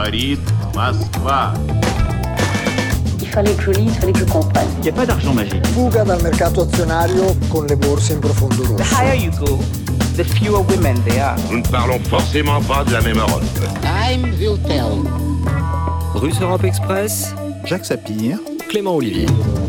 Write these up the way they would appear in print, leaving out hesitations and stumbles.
Говорит Москва. Il fallait que je lise, il fallait que je comprenne. Il n'y a pas d'argent magique. Fuga dal mercato azionario con le borse in profondo rosso. The higher you go, the fewer women there are. Nous ne parlons forcément pas de la même Europe. Time will tell. Russe Europe Express, Jacques Sapir, Clément Olivier.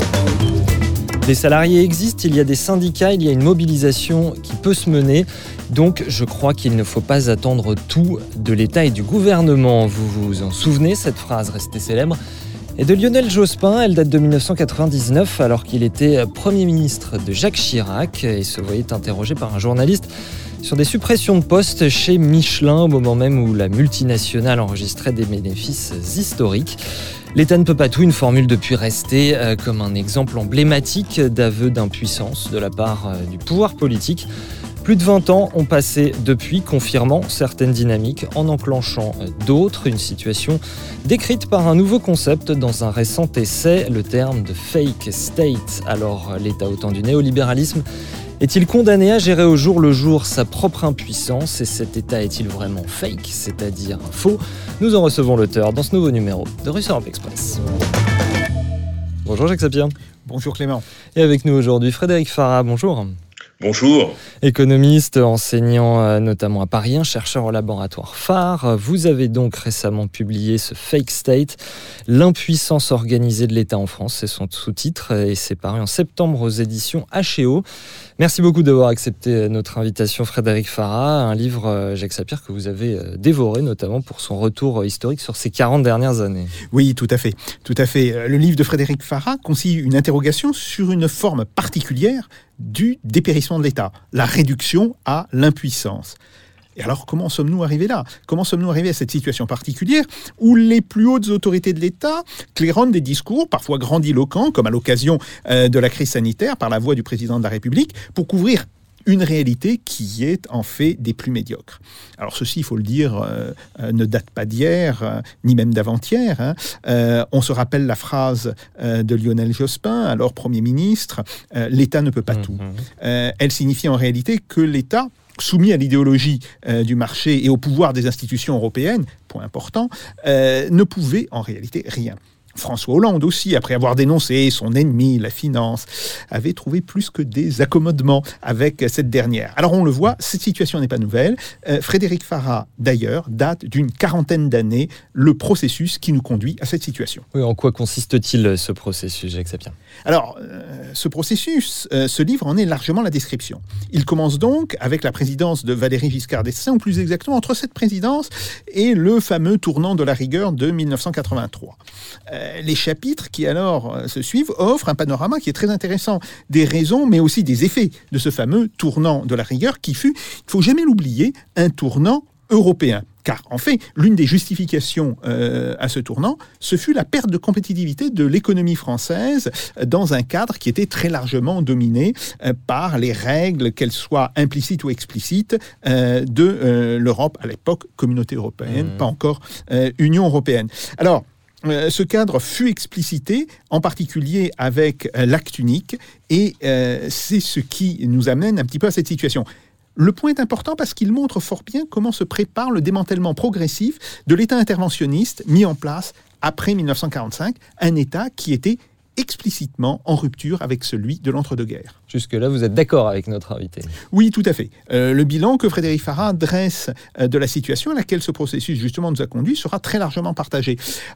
Les salariés existent, il y a des syndicats, il y a une mobilisation qui peut se mener. Donc je crois qu'il ne faut pas attendre tout de l'État et du gouvernement. Vous vous en souvenez, cette phrase restée célèbre et de Lionel Jospin, elle date de 1999 alors qu'il était Premier ministre de Jacques Chirac et se voyait interrogé par un journaliste sur des suppressions de postes chez Michelin au moment même où la multinationale enregistrait des bénéfices historiques. L'État ne peut pas tout, une formule depuis restée comme un exemple emblématique d'aveu d'impuissance de la part du pouvoir politique. Plus de 20 ans ont passé depuis, confirmant certaines dynamiques, en enclenchant d'autres. Une situation décrite par un nouveau concept dans un récent essai, le terme de fake state. Alors l'État au temps du néolibéralisme est-il condamné à gérer au jour le jour sa propre impuissance ? Et cet État est-il vraiment fake, c'est-à-dire faux ? Nous en recevons l'auteur dans ce nouveau numéro de Russe Europe Express. Bonjour Jacques Sapir. Bonjour Clément. Et avec nous aujourd'hui Frédéric Farah, bonjour. Bonjour. Économiste, enseignant notamment à Paris, un chercheur au laboratoire phare. Vous avez donc récemment publié ce Fake State, l'impuissance organisée de l'État en France, c'est son sous-titre, et c'est paru en septembre aux éditions H&O. Merci beaucoup d'avoir accepté notre invitation, Frédéric Farah, un livre, Jacques Sapir, que vous avez dévoré, notamment pour son retour historique sur ces 40 dernières années. Oui, tout à fait. Tout à fait. Le livre de Frédéric Farah constitue une interrogation sur une forme particulière du dépérissement de l'État, la réduction à l'impuissance. Et alors, comment sommes-nous arrivés là ? Comment sommes-nous arrivés à cette situation particulière où les plus hautes autorités de l'État claironnent des discours, parfois grandiloquents, comme à l'occasion de la crise sanitaire, par la voix du président de la République, pour couvrir une réalité qui est en fait des plus médiocres. Alors ceci, il faut le dire, ne date pas d'hier, ni même d'avant-hier. On se rappelle la phrase de Lionel Jospin, alors Premier ministre, « L'État ne peut pas tout ». Elle signifie en réalité que l'État, soumis à l'idéologie du marché et au pouvoir des institutions européennes, point important, ne pouvait en réalité rien. François Hollande aussi, après avoir dénoncé son ennemi, la finance, avait trouvé plus que des accommodements avec cette dernière. Alors on le voit, cette situation n'est pas nouvelle. Frédéric Farah, d'ailleurs, date d'une 40aine d'années, le processus qui nous conduit à cette situation. Oui, en quoi consiste-t-il ce processus, Jacques Sapir ? Alors, ce processus, ce livre en est largement la description. Il commence donc avec la présidence de Valéry Giscard d'Estaing, ou plus exactement entre cette présidence et le fameux tournant de la rigueur de 1983. Les chapitres qui alors se suivent offrent un panorama qui est très intéressant des raisons mais aussi des effets de ce fameux tournant de la rigueur qui fut, il ne faut jamais l'oublier, un tournant européen. Car en fait, l'une des justifications à ce tournant, ce fut la perte de compétitivité de l'économie française dans un cadre qui était très largement dominé par les règles, qu'elles soient implicites ou explicites, de l'Europe, à l'époque, Communauté européenne, pas encore Union européenne. Alors, ce cadre fut explicité, en particulier avec l'acte unique, et c'est ce qui nous amène un petit peu à cette situation. Le point est important parce qu'il montre fort bien comment se prépare le démantèlement progressif de l'État interventionniste mis en place après 1945, un État qui était explicitement en rupture avec celui de l'entre-deux-guerres. Jusque-là, vous êtes d'accord avec notre invité ? Oui, tout à fait. Le bilan que Frédéric Farah dresse de la situation à laquelle ce processus justement nous a conduit sera très largement partagé.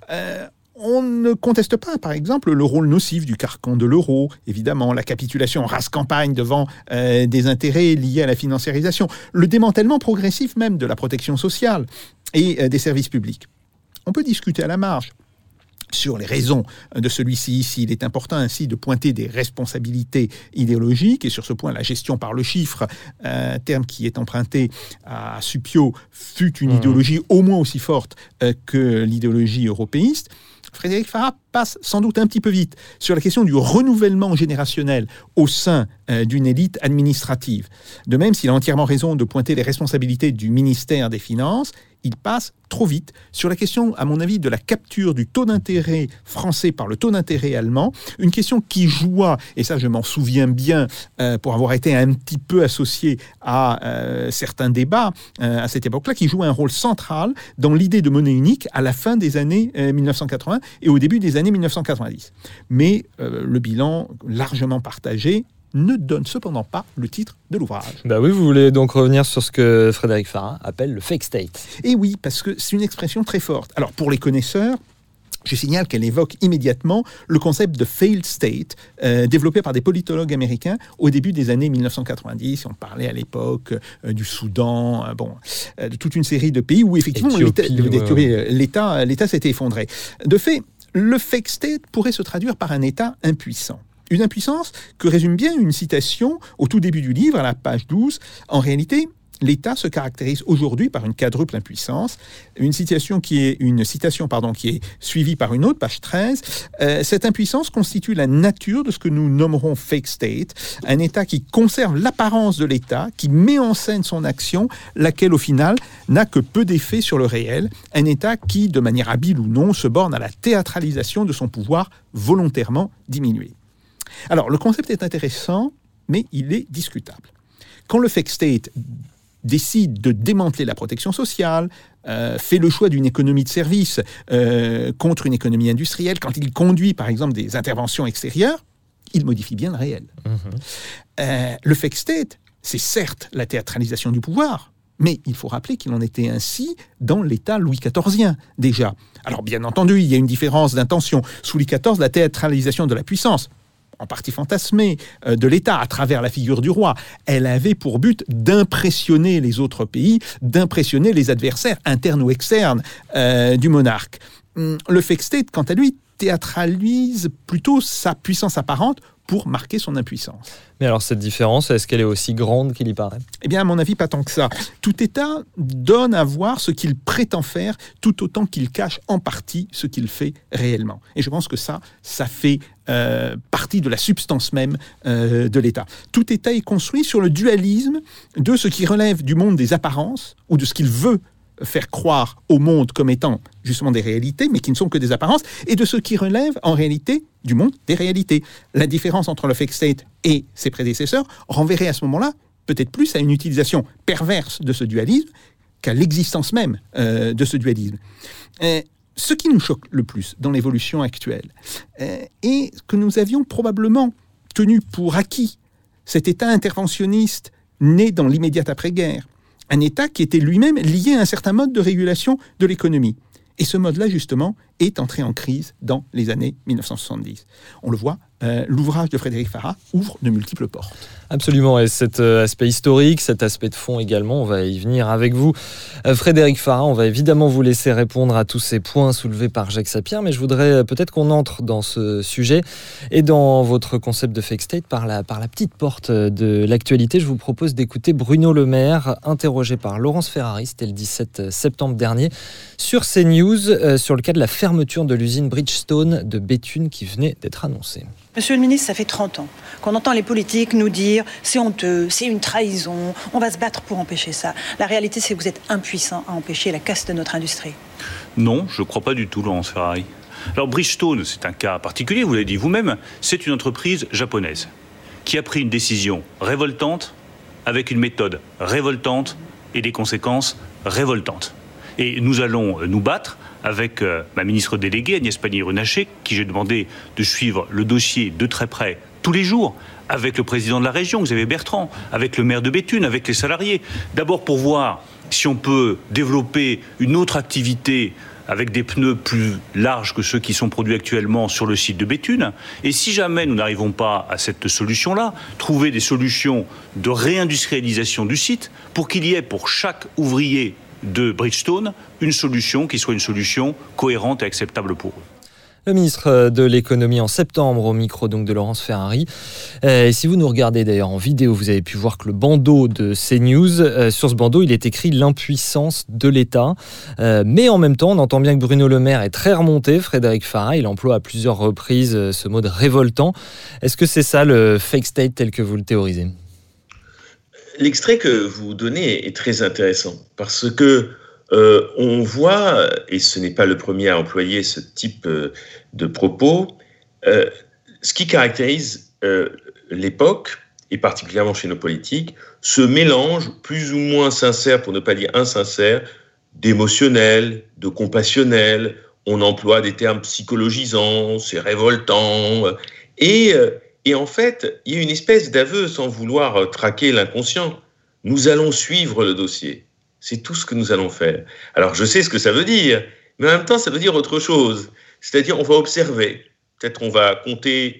On ne conteste pas, par exemple, le rôle nocif du carcan de l'euro, évidemment, la capitulation en rase campagne devant des intérêts liés à la financiarisation, le démantèlement progressif même de la protection sociale et des services publics. On peut discuter à la marge sur les raisons de celui-ci. S'il est important ainsi de pointer des responsabilités idéologiques, et sur ce point, la gestion par le chiffre, terme qui est emprunté à Suppiot, fut une idéologie au moins aussi forte que l'idéologie européiste. Frédéric Farah passe sans doute un petit peu vite sur la question du renouvellement générationnel au sein d'une élite administrative. De même, s'il a entièrement raison de pointer les responsabilités du ministère des Finances, il passe trop vite sur la question, à mon avis, de la capture du taux d'intérêt français par le taux d'intérêt allemand, une question qui joua, et ça je m'en souviens bien pour avoir été un petit peu associé à certains débats à cette époque-là, qui jouait un rôle central dans l'idée de monnaie unique à la fin des années 1980 et au début des années 1990. Mais le bilan largement partagé ne donne cependant pas le titre de l'ouvrage. Bah oui, vous voulez donc revenir sur ce que Frédéric Farah appelle le fake state. Et oui, parce que c'est une expression très forte. Alors pour les connaisseurs, je signale qu'elle évoque immédiatement le concept de failed state, développé par des politologues américains au début des années 1990. On parlait à l'époque du Soudan, de toute une série de pays où effectivement l'État s'était effondré. De fait, le fake state pourrait se traduire par un État impuissant. Une impuissance que résume bien une citation au tout début du livre, à la page 12. En réalité, l'État se caractérise aujourd'hui par une quadruple impuissance. Une citation qui est suivie par une autre, page 13. Cette impuissance constitue la nature de ce que nous nommerons fake state, un État qui conserve l'apparence de l'État, qui met en scène son action, laquelle au final n'a que peu d'effet sur le réel. Un État qui, de manière habile ou non, se borne à la théâtralisation de son pouvoir volontairement diminué. Alors, le concept est intéressant, mais il est discutable. Quand le fake state décide de démanteler la protection sociale, fait le choix d'une économie de service contre une économie industrielle, quand il conduit, par exemple, des interventions extérieures, il modifie bien le réel. Le fake state, c'est certes la théâtralisation du pouvoir, mais il faut rappeler qu'il en était ainsi dans l'État Louis XIVien, déjà. Alors, bien entendu, il y a une différence d'intention. Sous Louis XIV, la théâtralisation de la puissance, en partie fantasmée, de l'État à travers la figure du roi, elle avait pour but d'impressionner les autres pays, d'impressionner les adversaires internes ou externes du monarque. Le fake state, quant à lui, théâtralise plutôt sa puissance apparente pour marquer son impuissance. Mais alors cette différence, est-ce qu'elle est aussi grande qu'il y paraît ? Eh bien, à mon avis, pas tant que ça. Tout État donne à voir ce qu'il prétend faire, tout autant qu'il cache en partie ce qu'il fait réellement. Et je pense que ça fait partie de la substance même de l'État. Tout État est construit sur le dualisme de ce qui relève du monde des apparences, ou de ce qu'il veut faire croire au monde comme étant justement des réalités, mais qui ne sont que des apparences, et de ce qui relève en réalité du monde des réalités. La différence entre le fake state et ses prédécesseurs renverrait à ce moment-là peut-être plus à une utilisation perverse de ce dualisme qu'à l'existence même de ce dualisme. Ce qui nous choque le plus dans l'évolution actuelle est que nous avions probablement tenu pour acquis cet État interventionniste né dans l'immédiate après-guerre, un État qui était lui-même lié à un certain mode de régulation de l'économie. Et ce mode-là, justement, est entré en crise dans les années 1970. On le voit, l'ouvrage de Frédéric Farah ouvre de multiples portes. Absolument, et cet aspect historique, cet aspect de fond également, on va y venir avec vous. Frédéric Farah, on va évidemment vous laisser répondre à tous ces points soulevés par Jacques Sapir, mais je voudrais peut-être qu'on entre dans ce sujet et dans votre concept de fake state par la petite porte de l'actualité. Je vous propose d'écouter Bruno Le Maire, interrogé par Laurence Ferrari, c'était le 17 septembre dernier, sur CNews, sur le cas de la fermeture de l'usine Bridgestone de Béthune qui venait d'être annoncée. Monsieur le ministre, ça fait 30 ans qu'on entend les politiques nous dire « c'est honteux, c'est une trahison, on va se battre pour empêcher ça ». La réalité, c'est que vous êtes impuissant à empêcher la casse de notre industrie. Non, je ne crois pas du tout, Laurence Ferrari. Alors Bridgestone, c'est un cas particulier, vous l'avez dit vous-même, c'est une entreprise japonaise qui a pris une décision révoltante avec une méthode révoltante et des conséquences révoltantes. Et nous allons nous battre avec ma ministre déléguée, Agnès Pannier-Runacher, qui j'ai demandé de suivre le dossier de très près tous les jours, avec le président de la région, Xavier Bertrand, avec le maire de Béthune, avec les salariés. D'abord pour voir si on peut développer une autre activité avec des pneus plus larges que ceux qui sont produits actuellement sur le site de Béthune. Et si jamais nous n'arrivons pas à cette solution-là, trouver des solutions de réindustrialisation du site pour qu'il y ait pour chaque ouvrier de Bridgestone une solution qui soit une solution cohérente et acceptable pour eux. Le ministre de l'économie en septembre au micro donc de Laurence Ferrari. Et si vous nous regardez d'ailleurs en vidéo, vous avez pu voir que le bandeau de CNews, sur ce bandeau, il est écrit l'impuissance de l'État. Mais en même temps, on entend bien que Bruno Le Maire est très remonté. Frédéric Farah, il emploie à plusieurs reprises ce mot de révoltant. Est-ce que c'est ça le fake state tel que vous le théorisez ? L'extrait que vous donnez est très intéressant parce que on voit, et ce n'est pas le premier à employer ce type de propos, ce qui caractérise l'époque, et particulièrement chez nos politiques, ce mélange plus ou moins sincère, pour ne pas dire insincère, d'émotionnel, de compassionnel. On emploie des termes psychologisants, c'est révoltant. Et en fait, il y a une espèce d'aveu, sans vouloir traquer l'inconscient. Nous allons suivre le dossier. C'est tout ce que nous allons faire. Alors, je sais ce que ça veut dire, mais en même temps, ça veut dire autre chose. C'est-à-dire, on va observer. Peut-être on va compter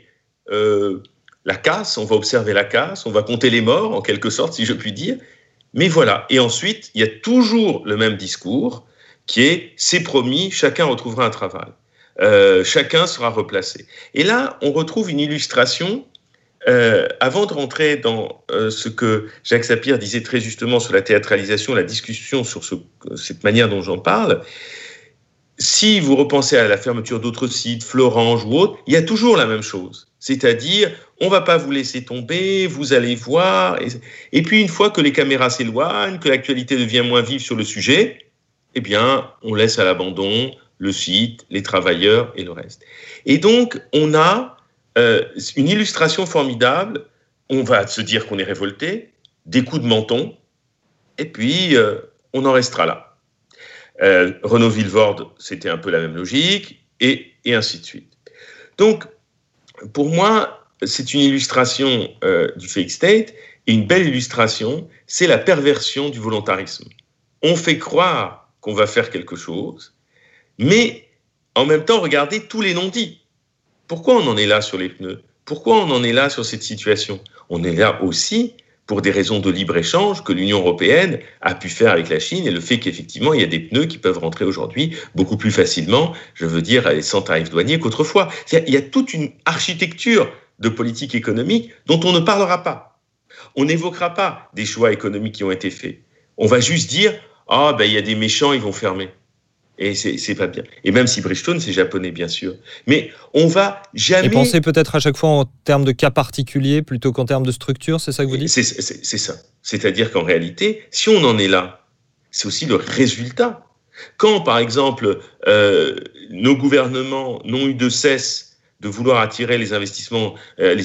la casse, on va observer la casse, on va compter les morts, en quelque sorte, si je puis dire. Mais voilà. Et ensuite, il y a toujours le même discours qui est « c'est promis, chacun retrouvera un travail. Chacun sera replacé ». Et là, on retrouve une illustration, avant de rentrer dans ce que Jacques Sapir disait très justement sur la théâtralisation, la discussion sur cette manière dont j'en parle. Si vous repensez à la fermeture d'autres sites, Florange ou autres, il y a toujours la même chose. C'est-à-dire, on ne va pas vous laisser tomber, vous allez voir. Et puis, une fois que les caméras s'éloignent, que l'actualité devient moins vive sur le sujet, eh bien, on laisse à l'abandon le site, les travailleurs et le reste. Et donc, on a une illustration formidable. On va se dire qu'on est révolté, des coups de menton, et puis on en restera là. Renaud Villevorde, c'était un peu la même logique, et ainsi de suite. Donc, pour moi, c'est une illustration du fake state, et une belle illustration, c'est la perversion du volontarisme. On fait croire qu'on va faire quelque chose, mais en même temps, regardez tous les non-dits. Pourquoi on en est là sur les pneus ? Pourquoi on en est là sur cette situation ? On est là aussi pour des raisons de libre-échange que l'Union européenne a pu faire avec la Chine et le fait qu'effectivement, il y a des pneus qui peuvent rentrer aujourd'hui beaucoup plus facilement, je veux dire, sans tarif douanier qu'autrefois. Il y a toute une architecture de politique économique dont on ne parlera pas. On n'évoquera pas des choix économiques qui ont été faits. On va juste dire « Ah, ben, il y a des méchants, ils vont fermer ». Et c'est pas bien. Et même si Bridgestone, c'est japonais, bien sûr. Mais on va jamais... Et penser peut-être à chaque fois en termes de cas particuliers plutôt qu'en termes de structure, c'est ça que vous dites ? C'est ça. C'est-à-dire qu'en réalité, si on en est là, c'est aussi le résultat. Quand, par exemple, nos gouvernements n'ont eu de cesse de vouloir attirer les investisseurs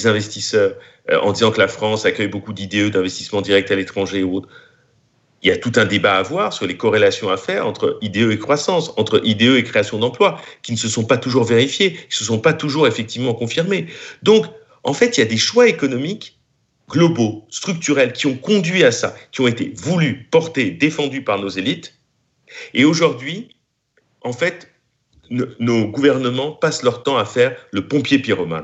en disant que la France accueille beaucoup d'IDE, d'investissements directs à l'étranger ou autres, il y a tout un débat à avoir sur les corrélations à faire entre IDE et croissance, entre IDE et création d'emplois, qui ne se sont pas toujours vérifiées, qui ne se sont pas toujours effectivement confirmées. Donc, en fait, il y a des choix économiques globaux, structurels, qui ont conduit à ça, qui ont été voulus, portés, défendus par nos élites. Et aujourd'hui, en fait, nos gouvernements passent leur temps à faire le pompier pyromane.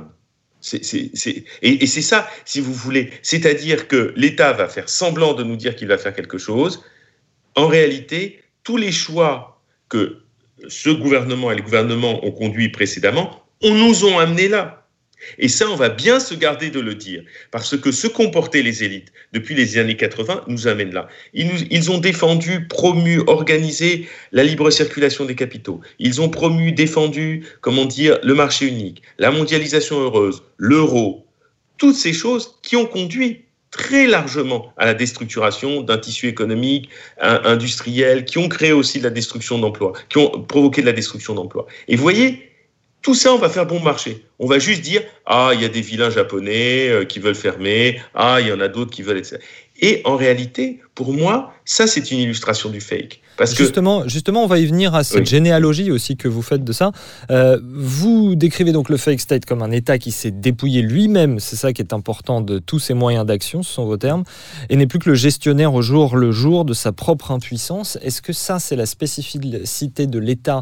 Et c'est ça, si vous voulez. C'est-à-dire que l'État va faire semblant de nous dire qu'il va faire quelque chose. En réalité, tous les choix que ce gouvernement et les gouvernements ont conduits précédemment, nous ont amenés là. Et ça, on va bien se garder de le dire, parce que ce qu'ont porté les élites depuis les années 80 nous amène là. Ils ont défendu, promu, organisé la libre circulation des capitaux. Ils ont promu, défendu, le marché unique, la mondialisation heureuse, l'euro, toutes ces choses qui ont conduit très largement à la déstructuration d'un tissu économique, industriel, qui ont créé aussi de la destruction d'emplois, qui ont provoqué de la destruction d'emplois. Et vous voyez, tout ça, on va faire bon marché. On va juste dire « Ah, il y a des vilains japonais qui veulent fermer. Ah, il y en a d'autres qui veulent... » etc. Et en réalité, pour moi, ça, c'est une illustration du fake. Parce justement, on va y venir à cette généalogie aussi que vous faites de ça. Vous décrivez donc le fake state comme un État qui s'est dépouillé lui-même, c'est ça qui est important, de tous ses moyens d'action, ce sont vos termes, et n'est plus que le gestionnaire au jour le jour de sa propre impuissance. Est-ce que ça, c'est la spécificité de l'État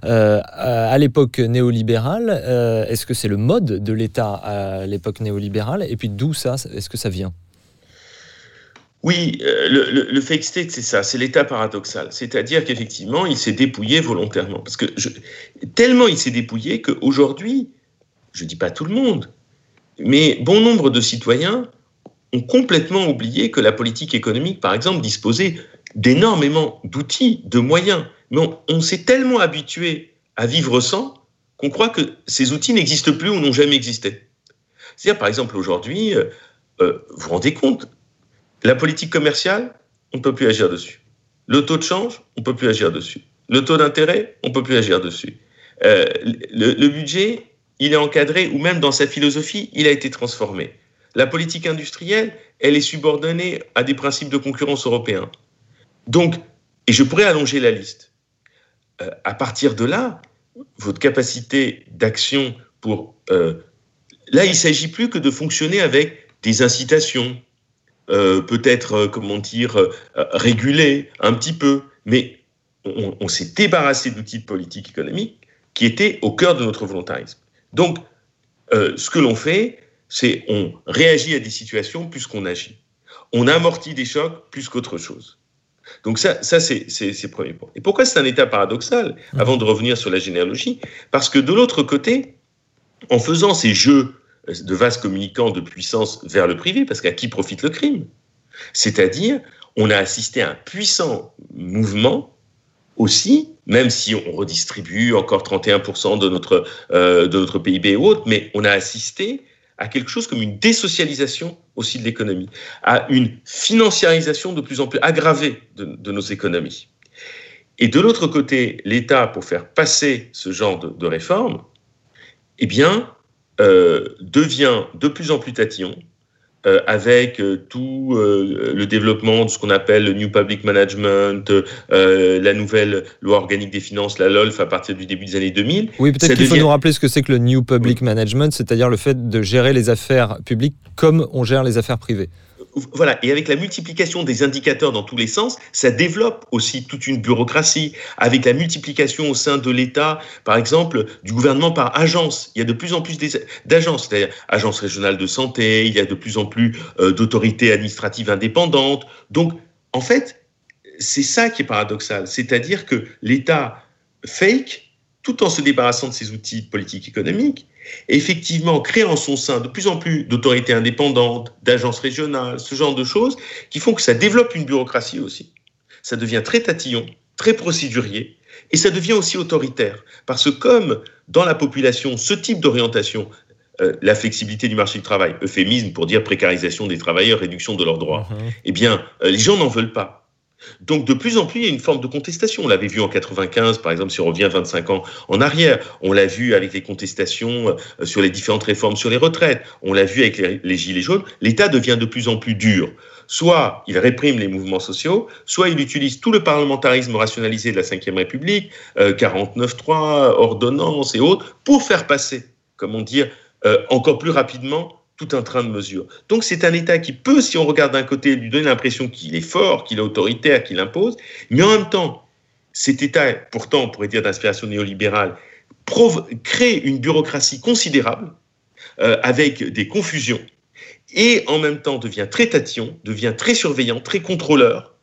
à l'époque néolibérale ? Est-ce que c'est le mode de l'État à l'époque néolibérale ? Et puis d'où ça ? Est-ce que ça vient ? Oui, le fake state, c'est ça, c'est l'état paradoxal. C'est-à-dire qu'effectivement, il s'est dépouillé volontairement. Parce que tellement il s'est dépouillé qu'aujourd'hui, je ne dis pas tout le monde, mais bon nombre de citoyens ont complètement oublié que la politique économique, par exemple, disposait d'énormément d'outils, de moyens. Mais on s'est tellement habitué à vivre sans qu'on croit que ces outils n'existent plus ou n'ont jamais existé. C'est-à-dire, par exemple, aujourd'hui, vous vous rendez compte, la politique commerciale, on ne peut plus agir dessus. Le taux de change, on ne peut plus agir dessus. Le taux d'intérêt, on ne peut plus agir dessus. Le budget, il est encadré, ou même dans sa philosophie, il a été transformé. La politique industrielle, elle est subordonnée à des principes de concurrence européens. Donc, et je pourrais allonger la liste. À partir de là, votre capacité d'action pour... là, il ne s'agit plus que de fonctionner avec des incitations, peut-être, réguler un petit peu, mais on s'est débarrassé d'outils de politique économique qui étaient au cœur de notre volontarisme. Donc, ce que l'on fait, c'est on réagit à des situations plus qu'on agit. On amortit des chocs plus qu'autre chose. Donc ça c'est le premier point. Et pourquoi c'est un état paradoxal, avant de revenir sur la généalogie ? Parce que de l'autre côté, en faisant ces jeux de vases communicants de puissance vers le privé, parce qu'à qui profite le crime ? C'est-à-dire, on a assisté à un puissant mouvement aussi, même si on redistribue encore 31% de notre PIB et autres, mais on a assisté à quelque chose comme une désocialisation aussi de l'économie, à une financiarisation de plus en plus aggravée de nos économies. Et de l'autre côté, l'État, pour faire passer ce genre de réforme, eh bien, devient de plus en plus tatillon, avec tout le développement de ce qu'on appelle le New Public Management, la nouvelle loi organique des finances, la LOLF, à partir du début des années 2000. Oui, peut-être qu'il faut nous rappeler ce que c'est que le New Public Management, c'est-à-dire le fait de gérer les affaires publiques comme on gère les affaires privées. Voilà, et avec la multiplication des indicateurs dans tous les sens, ça développe aussi toute une bureaucratie. Avec la multiplication au sein de l'État, par exemple, du gouvernement par agence. Il y a de plus en plus d'agences, c'est-à-dire agences régionales de santé, il y a de plus en plus d'autorités administratives indépendantes. Donc, en fait, c'est ça qui est paradoxal. C'est-à-dire que l'État fake, tout en se débarrassant de ses outils politiques économiques, et effectivement créer en son sein de plus en plus d'autorités indépendantes, d'agences régionales, ce genre de choses, qui font que ça développe une bureaucratie aussi. Ça devient très tatillon, très procédurier, et ça devient aussi autoritaire. Parce que comme dans la population, ce type d'orientation, la flexibilité du marché du travail, euphémisme pour dire précarisation des travailleurs, réduction de leurs droits, eh bien, les gens n'en veulent pas. Donc, de plus en plus, il y a une forme de contestation. On l'avait vu en 95, par exemple, si on revient 25 ans en arrière. On l'a vu avec les contestations sur les différentes réformes sur les retraites. On l'a vu avec les gilets jaunes. L'État devient de plus en plus dur. Soit il réprime les mouvements sociaux, soit il utilise tout le parlementarisme rationalisé de la Ve République, 49.3, ordonnances et autres, pour faire passer, comment dire, encore plus rapidement tout un train de mesures. Donc c'est un État qui peut, si on regarde d'un côté, lui donner l'impression qu'il est fort, qu'il est autoritaire, qu'il impose, mais en même temps, cet État, pourtant on pourrait dire d'inspiration néolibérale, crée une bureaucratie considérable, avec des confusions, et en même temps devient très tatillon, devient très surveillant, très contrôleur,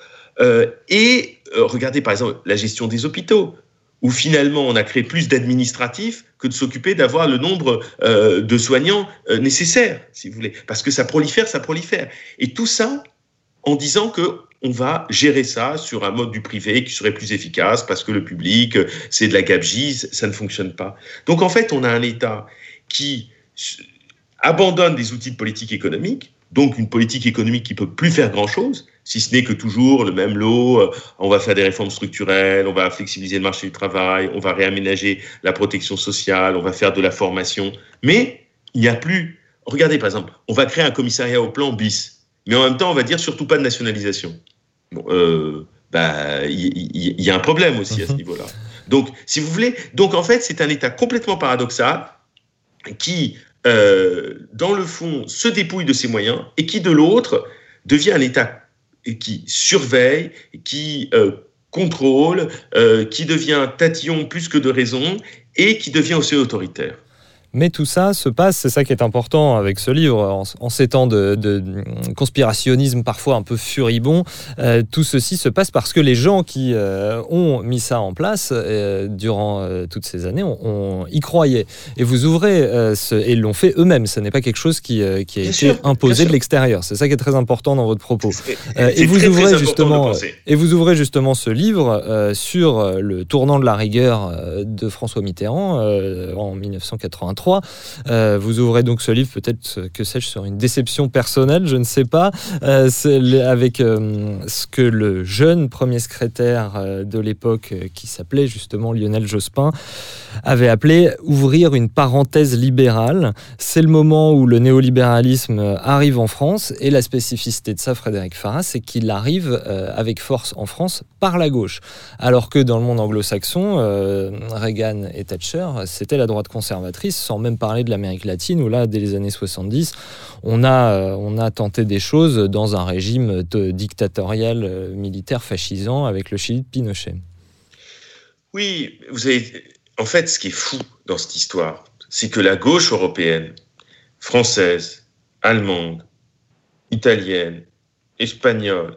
regardez par exemple la gestion des hôpitaux, où finalement on a créé plus d'administratifs que de s'occuper d'avoir le nombre de soignants nécessaires, si vous voulez. Parce que ça prolifère. Et tout ça en disant qu'on va gérer ça sur un mode du privé qui serait plus efficace, parce que le public, c'est de la gabegie, ça ne fonctionne pas. Donc en fait, on a un État qui abandonne des outils de politique économique, donc une politique économique qui ne peut plus faire grand-chose, si ce n'est que toujours le même lot, on va faire des réformes structurelles, on va flexibiliser le marché du travail, on va réaménager la protection sociale, on va faire de la formation. Mais il n'y a plus... Regardez, par exemple, on va créer un commissariat au plan bis, mais en même temps, on va dire surtout pas de nationalisation. Bon, y a un problème aussi à ce niveau-là. Donc, si vous voulez... Donc, en fait, c'est un État complètement paradoxal qui, dans le fond, se dépouille de ses moyens et qui, de l'autre, devient un État qui surveille, qui contrôle, qui devient tatillon plus que de raison et qui devient aussi autoritaire. Mais tout ça se passe, c'est ça qui est important avec ce livre, en ces temps de conspirationnisme parfois un peu furibond, tout ceci se passe parce que les gens qui ont mis ça en place durant toutes ces années y croyaient. Et vous ouvrez, et l'ont fait eux-mêmes, ce n'est pas quelque chose qui a été imposé de l'extérieur. C'est ça qui est très important dans votre propos. Et vous ouvrez justement ce livre sur le tournant de la rigueur de François Mitterrand en 1993. 1983. Vous ouvrez donc ce livre, peut-être, que sais-je, sur une déception personnelle, je ne sais pas, avec ce que le jeune premier secrétaire de l'époque, qui s'appelait justement Lionel Jospin, avait appelé « ouvrir une parenthèse libérale ». C'est le moment où le néolibéralisme arrive en France, et la spécificité de ça, Frédéric Farah, c'est qu'il arrive avec force en France par la gauche. Alors que dans le monde anglo-saxon, Reagan et Thatcher, c'était la droite conservatrice, sans même parler de l'Amérique latine, où là, dès les années 70, on a tenté des choses dans un régime dictatorial, militaire, fascisant, avec le Chili de Pinochet. Oui, en fait, ce qui est fou dans cette histoire, c'est que la gauche européenne, française, allemande, italienne, espagnole,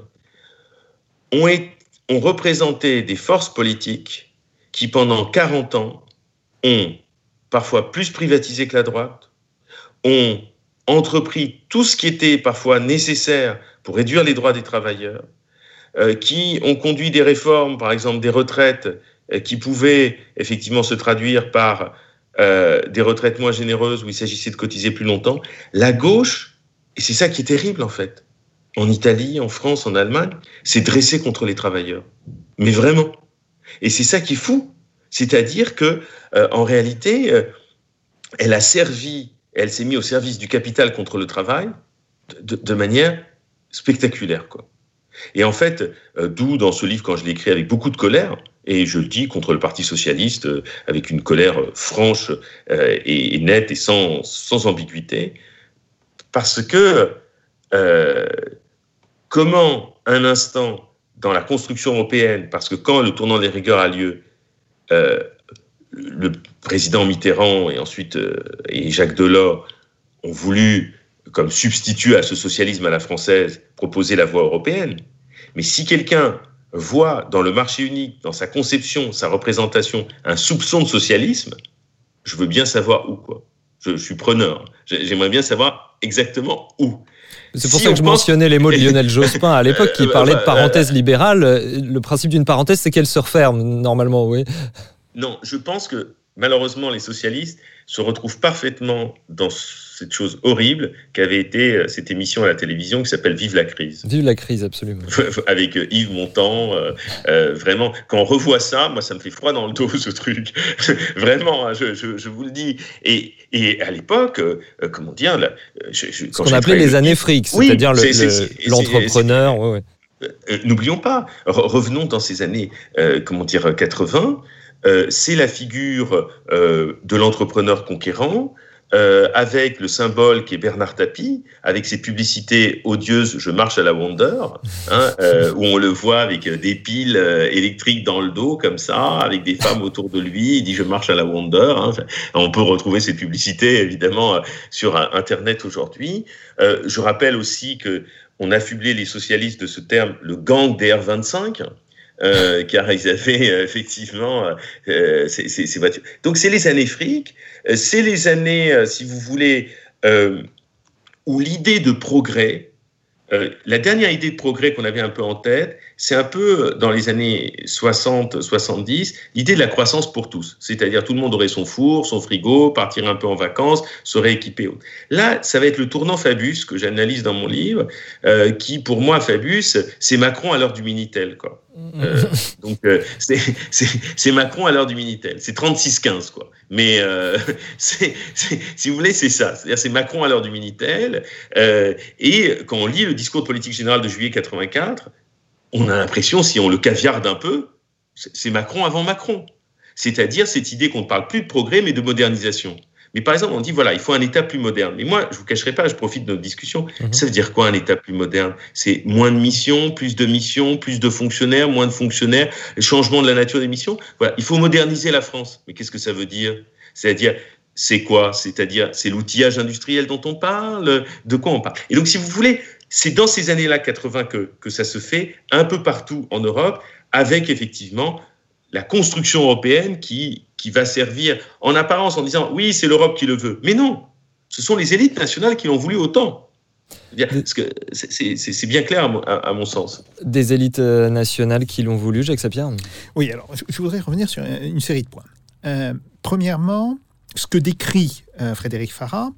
ont représenté des forces politiques qui, pendant 40 ans, ont parfois plus privatisé que la droite, ont entrepris tout ce qui était parfois nécessaire pour réduire les droits des travailleurs, qui ont conduit des réformes, par exemple des retraites, qui pouvaient effectivement se traduire par des retraites moins généreuses où il s'agissait de cotiser plus longtemps. La gauche, et c'est ça qui est terrible en fait, en Italie, en France, en Allemagne, s'est dressée contre les travailleurs. Mais vraiment. Et c'est ça qui est fou. C'est-à-dire que, en réalité, elle s'est mise au service du capital contre le travail de manière spectaculaire, quoi. Et en fait, d'où dans ce livre, quand je l'ai écrit avec beaucoup de colère, et je le dis contre le Parti socialiste, avec une colère franche et nette et sans ambiguïté, parce que comment un instant dans la construction européenne, parce que quand le tournant des rigueurs a lieu, le président Mitterrand et ensuite et Jacques Delors ont voulu, comme substitut à ce socialisme à la française, proposer la voie européenne. Mais si quelqu'un voit dans le marché unique, dans sa conception, sa représentation, un soupçon de socialisme, je veux bien savoir où, quoi. Je suis preneur. J'aimerais bien savoir exactement où. C'est pour ça que je mentionnais les mots de Lionel Jospin à l'époque, qui parlait de parenthèse libérale. Le principe d'une parenthèse, c'est qu'elle se referme, normalement, oui. Non, je pense que malheureusement, les socialistes se retrouvent parfaitement dans cette chose horrible qu'avait été cette émission à la télévision qui s'appelle Vive la crise. Vive la crise, absolument. Avec Yves Montand, vraiment, quand on revoit ça, moi, ça me fait froid dans le dos, ce truc. Vraiment, hein, je vous le dis. Et à l'époque, comment dire... ce qu'on appelait les années fric, c'est-à-dire l'entrepreneur. Ouais. N'oublions pas, revenons dans ces années 80, c'est la figure de l'entrepreneur conquérant, avec le symbole qui est Bernard Tapie, avec ses publicités odieuses « Je marche à la Wonder », où on le voit avec des piles électriques dans le dos, comme ça, avec des femmes autour de lui, il dit « Je marche à la Wonder ». On peut retrouver ces publicités, évidemment, sur Internet aujourd'hui. Je rappelle aussi qu'on affublait les socialistes de ce terme « le gang des R25 ». Car ils avaient effectivement ces voitures. Donc c'est les années fric, c'est les années, si vous voulez, où l'idée de progrès, la dernière idée de progrès qu'on avait un peu en tête, c'est un peu dans les années 60-70, l'idée de la croissance pour tous. C'est-à-dire tout le monde aurait son four, son frigo, partirait un peu en vacances, serait équipé. Là, ça va être le tournant Fabius que j'analyse dans mon livre, qui pour moi, Fabius, c'est Macron à l'heure du Minitel, quoi. Donc c'est Macron à l'heure du Minitel, c'est 36-15 quoi. Mais si vous voulez, c'est ça. C'est-à-dire c'est Macron à l'heure du Minitel. Et quand on lit le discours de politique générale de juillet 84, on a l'impression, si on le caviarde un peu, c'est Macron avant Macron. C'est-à-dire cette idée qu'on ne parle plus de progrès mais de modernisation. Mais par exemple, on dit, voilà, il faut un État plus moderne. Mais moi, je ne vous cacherai pas, je profite de notre discussion. Ça veut dire quoi, un État plus moderne ? C'est moins de missions, plus de fonctionnaires, moins de fonctionnaires, le changement de la nature des missions. Voilà, il faut moderniser la France. Mais qu'est-ce que ça veut dire ? C'est-à-dire, c'est quoi ? C'est-à-dire, c'est l'outillage industriel dont on parle ? De quoi on parle ? Et donc, si vous voulez, c'est dans ces années-là, 80, que ça se fait un peu partout en Europe, avec effectivement la construction européenne qui va servir en apparence en disant « oui, c'est l'Europe qui le veut ». Mais non, ce sont les élites nationales qui l'ont voulu autant. Parce que c'est bien clair à mon sens. Des élites nationales qui l'ont voulu, Jacques Sapir ? Oui, alors je voudrais revenir sur une série de points. Premièrement, ce que décrit Frédéric Farah,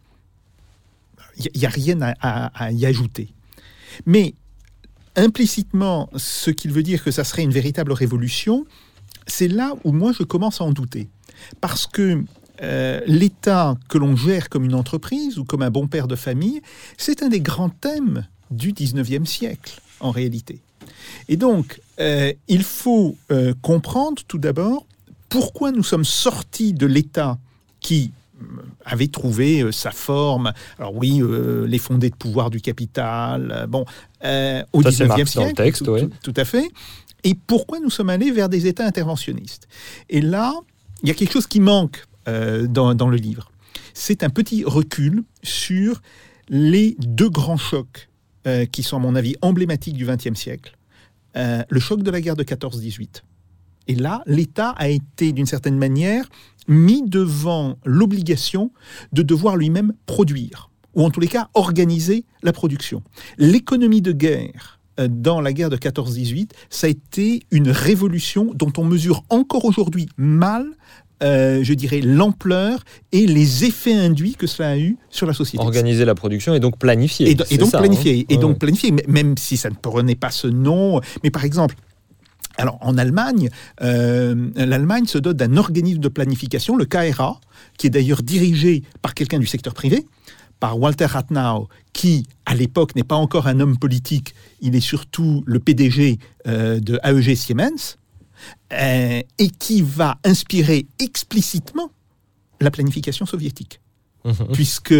il n'y a rien à y ajouter. Mais implicitement, ce qu'il veut dire que ça serait une véritable révolution, c'est là où moi je commence à en douter. Parce que l'État que l'on gère comme une entreprise ou comme un bon père de famille, c'est un des grands thèmes du 19e siècle, en réalité. Et donc, il faut comprendre tout d'abord pourquoi nous sommes sortis de l'État qui avait trouvé sa forme. Alors oui, les fondés de pouvoir du capital, au 19e siècle, texte, tout à fait. Et pourquoi nous sommes allés vers des États interventionnistes. Et là, il y a quelque chose qui manque dans le livre. C'est un petit recul sur les deux grands chocs qui sont, à mon avis, emblématiques du XXe siècle. Le choc de la guerre de 14-18. Et là, l'État a été, d'une certaine manière, mis devant l'obligation de devoir lui-même produire, ou en tous les cas, organiser la production. L'économie de guerre dans la guerre de 14-18, ça a été une révolution dont on mesure encore aujourd'hui mal, je dirais, l'ampleur et les effets induits que cela a eu sur la société. Organiser la production et donc planifier. Et donc planifier, même si ça ne prenait pas ce nom. Mais par exemple, alors en Allemagne, l'Allemagne se dote d'un organisme de planification, le KRA, qui est d'ailleurs dirigé par quelqu'un du secteur privé, par Walter Rathenau, qui, à l'époque, n'est pas encore un homme politique, il est surtout le PDG de AEG Siemens, et qui va inspirer explicitement la planification soviétique. Puisque,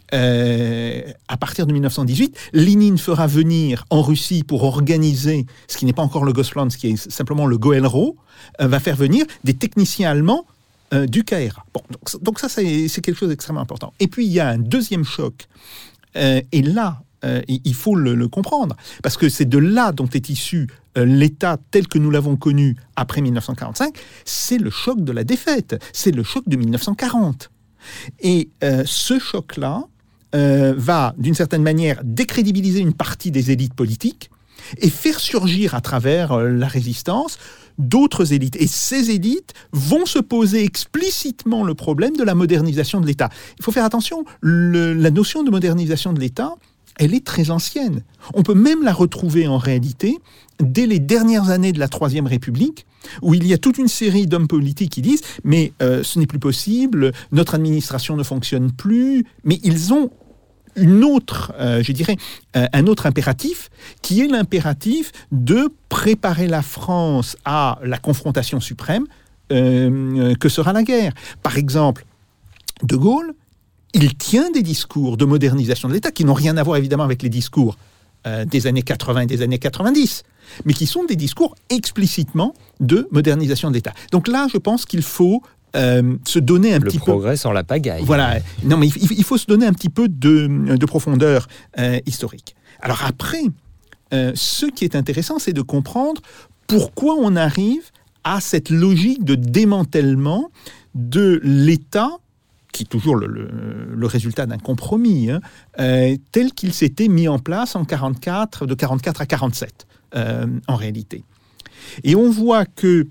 à partir de 1918, Lénine fera venir en Russie pour organiser ce qui n'est pas encore le Gosplan, ce qui est simplement le Goelro, va faire venir des techniciens allemands du KRA. Bon, donc ça, c'est quelque chose d'extrêmement important. Et puis, il y a un deuxième choc. Et là, il faut le comprendre, parce que c'est de là dont est issu l'État tel que nous l'avons connu après 1945, c'est le choc de la défaite, c'est le choc de 1940. Et ce choc-là va, d'une certaine manière, décrédibiliser une partie des élites politiques et faire surgir à travers la résistance d'autres élites. Et ces élites vont se poser explicitement le problème de la modernisation de l'État. Il faut faire attention, la notion de modernisation de l'État, elle est très ancienne. On peut même la retrouver en réalité dès les dernières années de la Troisième République, où il y a toute une série d'hommes politiques qui disent « mais ce n'est plus possible, notre administration ne fonctionne plus », mais ils ont une autre, un autre impératif, qui est l'impératif de préparer la France à la confrontation suprême que sera la guerre. Par exemple, De Gaulle, il tient des discours de modernisation de l'État qui n'ont rien à voir évidemment avec les discours des années 80 et des années 90, mais qui sont des discours explicitement de modernisation de l'État. Donc là, je pense qu'il faut se donner un petit peu... Le progrès sans la pagaille. Voilà. Non, mais il faut se donner un petit peu de profondeur historique. Alors après, ce qui est intéressant, c'est de comprendre pourquoi on arrive à cette logique de démantèlement de l'État, qui est toujours le résultat d'un compromis, tel qu'il s'était mis en place en 44, de 44 à 47, en réalité. Et on voit que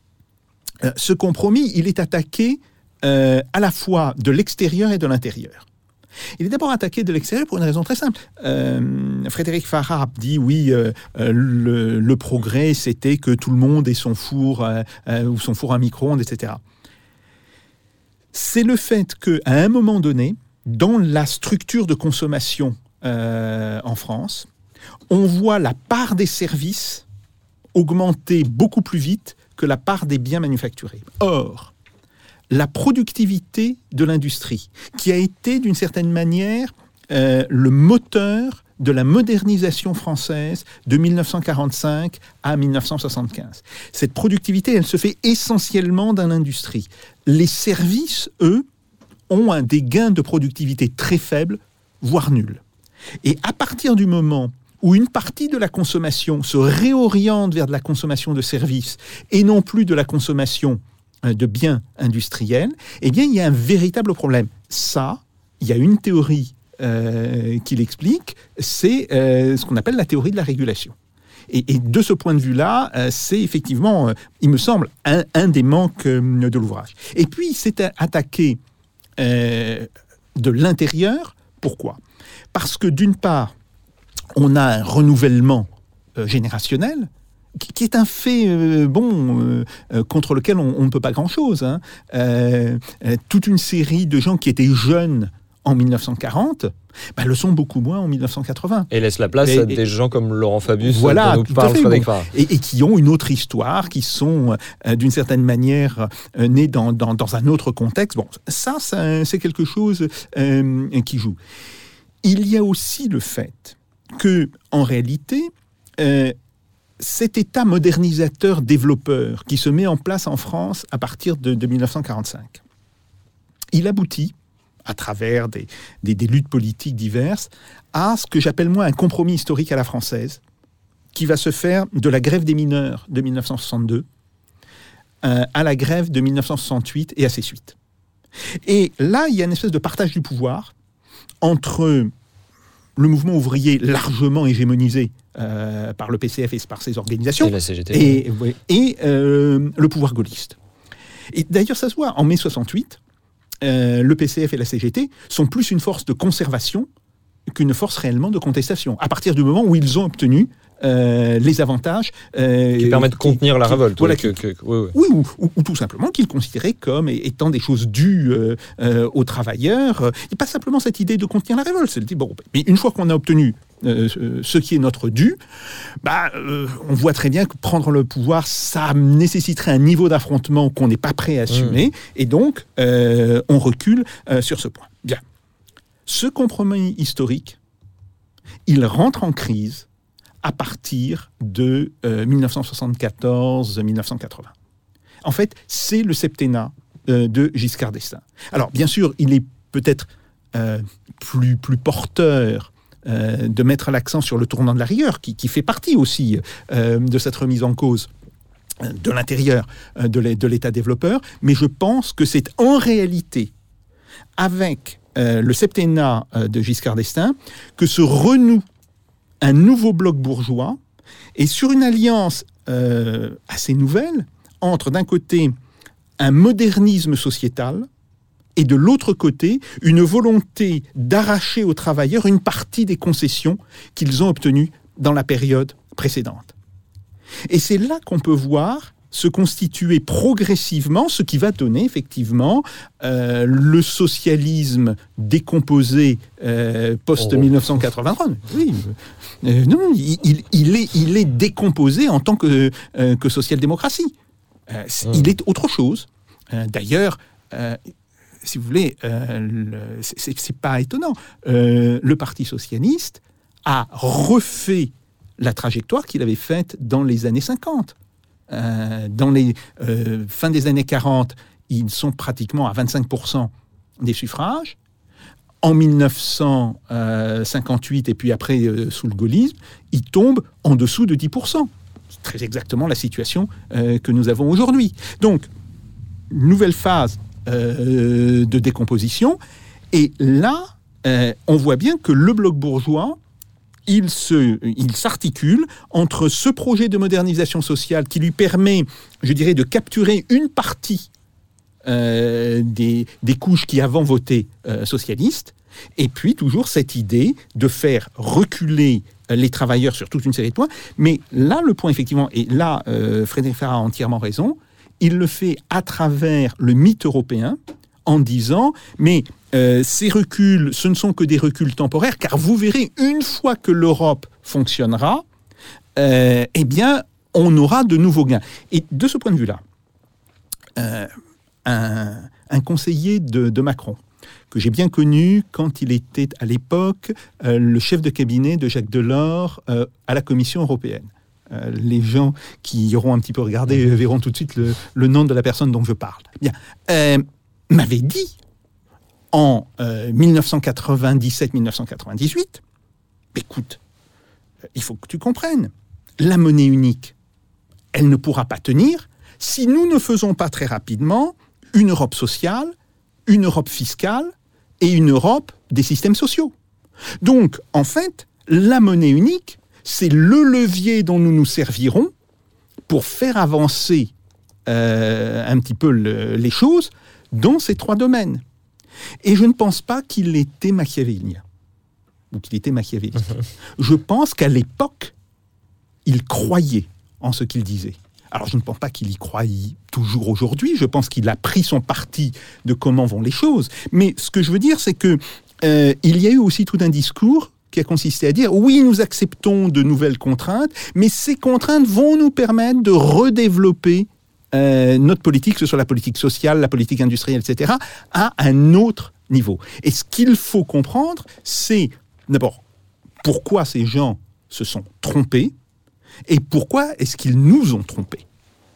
ce compromis, il est attaqué à la fois de l'extérieur et de l'intérieur. Il est d'abord attaqué de l'extérieur pour une raison très simple. Frédéric Farah dit, oui, le progrès, c'était que tout le monde ait son four ou son four à micro-ondes, etc. C'est le fait qu'à un moment donné, dans la structure de consommation en France, on voit la part des services augmenter beaucoup plus vite que la part des biens manufacturés. Or, la productivité de l'industrie, qui a été d'une certaine manière le moteur de la modernisation française de 1945 à 1975. Cette productivité, elle se fait essentiellement dans l'industrie. Les services, eux, ont des gains de productivité très faibles, voire nuls. Et à partir du moment où une partie de la consommation se réoriente vers de la consommation de services et non plus de la consommation de biens industriels, eh bien, il y a un véritable problème. Ça, il y a une théorie qui l'explique, c'est ce qu'on appelle la théorie de la régulation. Et de ce point de vue-là, c'est effectivement, il me semble, un des manques de l'ouvrage. Et puis, c'est attaqué de l'intérieur. Pourquoi ? Parce que d'une part, on a un renouvellement générationnel qui est un fait contre lequel on ne peut pas grand-chose. Toute une série de gens qui étaient jeunes en 1940 le sont beaucoup moins en 1980. Et laisse la place à des gens comme Laurent Fabius, voilà, dont nous parle Frédéric Farah. Et qui ont une autre histoire, qui sont d'une certaine manière nés dans un autre contexte. Bon, ça c'est quelque chose qui joue. Il y a aussi le fait que, en réalité, cet État modernisateur développeur qui se met en place en France à partir de 1945, il aboutit, à travers des luttes politiques diverses, à ce que j'appelle moi un compromis historique à la française, qui va se faire de la grève des mineurs de 1962 à la grève de 1968 et à ses suites. Et là, il y a une espèce de partage du pouvoir entre le mouvement ouvrier largement hégémonisé par le PCF et par ses organisations, et la CGT, et le pouvoir gaulliste. Et d'ailleurs, ça se voit, en mai 68, le PCF et la CGT sont plus une force de conservation qu'une force réellement de contestation, à partir du moment où ils ont obtenu les avantages qui permettent de contenir la révolte. Voilà, oui, ou tout simplement qu'ils considéraient comme étant des choses dues aux travailleurs. Et pas simplement cette idée de contenir la révolte. C'est de dire, mais une fois qu'on a obtenu ce qui est notre dû, on voit très bien que prendre le pouvoir, ça nécessiterait un niveau d'affrontement qu'on n'est pas prêt à assumer, et donc on recule sur ce point. Bien. Ce compromis historique, il rentre en crise à partir de 1974-1980. En fait, c'est le septennat de Giscard d'Estaing. Alors, bien sûr, il est peut-être plus porteur de mettre l'accent sur le tournant de la rigueur, qui fait partie aussi de cette remise en cause de l'intérieur de l'État développeur, mais je pense que c'est en réalité avec le septennat de Giscard d'Estaing que se renoue un nouveau bloc bourgeois, et sur une alliance assez nouvelle entre, d'un côté, un modernisme sociétal, et de l'autre côté, une volonté d'arracher aux travailleurs une partie des concessions qu'ils ont obtenues dans la période précédente. Et c'est là qu'on peut voir se constituer progressivement ce qui va donner effectivement le socialisme décomposé post-1983. Oui, non, il est décomposé en tant que social-démocratie. Il est autre chose. D'ailleurs, si vous voulez, c'est pas étonnant. Le Parti socialiste a refait la trajectoire qu'il avait faite dans les années 50. Dans les fin des années 40, ils sont pratiquement à 25% des suffrages. En 1958, et puis après, sous le gaullisme, ils tombent en dessous de 10%. C'est très exactement la situation que nous avons aujourd'hui. Donc, nouvelle phase de décomposition. Et là, on voit bien que le bloc bourgeois, il s'articule entre ce projet de modernisation sociale qui lui permet, je dirais, de capturer une partie des couches qui avant votaient socialistes, et puis toujours cette idée de faire reculer les travailleurs sur toute une série de points. Mais là, le point, effectivement, et là, Frédéric Farah a entièrement raison, il le fait à travers le mythe européen, en disant, mais ces reculs, ce ne sont que des reculs temporaires, car vous verrez, une fois que l'Europe fonctionnera, eh bien, on aura de nouveaux gains. Et de ce point de vue-là, un conseiller de Macron, que j'ai bien connu quand il était à l'époque le chef de cabinet de Jacques Delors à la Commission européenne. Les gens qui auront un petit peu regardé verront tout de suite le nom de la personne dont je parle. Bien, m'avait dit en 1997-1998, écoute, il faut que tu comprennes, la monnaie unique, elle ne pourra pas tenir si nous ne faisons pas très rapidement une Europe sociale, une Europe fiscale et une Europe des systèmes sociaux. Donc, en fait, la monnaie unique, c'est le levier dont nous nous servirons pour faire avancer un petit peu les choses dans ces trois domaines. Et je ne pense pas qu'il était machiavélien, ou qu'il était machiavélique. Je pense qu'à l'époque, il croyait en ce qu'il disait. Alors, je ne pense pas qu'il y croie toujours aujourd'hui. Je pense qu'il a pris son parti de comment vont les choses. Mais ce que je veux dire, c'est que il y a eu aussi tout un discours qui a consisté à dire « Oui, nous acceptons de nouvelles contraintes, mais ces contraintes vont nous permettre de redévelopper notre politique, que ce soit la politique sociale, la politique industrielle, etc., à un autre niveau. » Et ce qu'il faut comprendre, c'est d'abord pourquoi ces gens se sont trompés et pourquoi est-ce qu'ils nous ont trompés.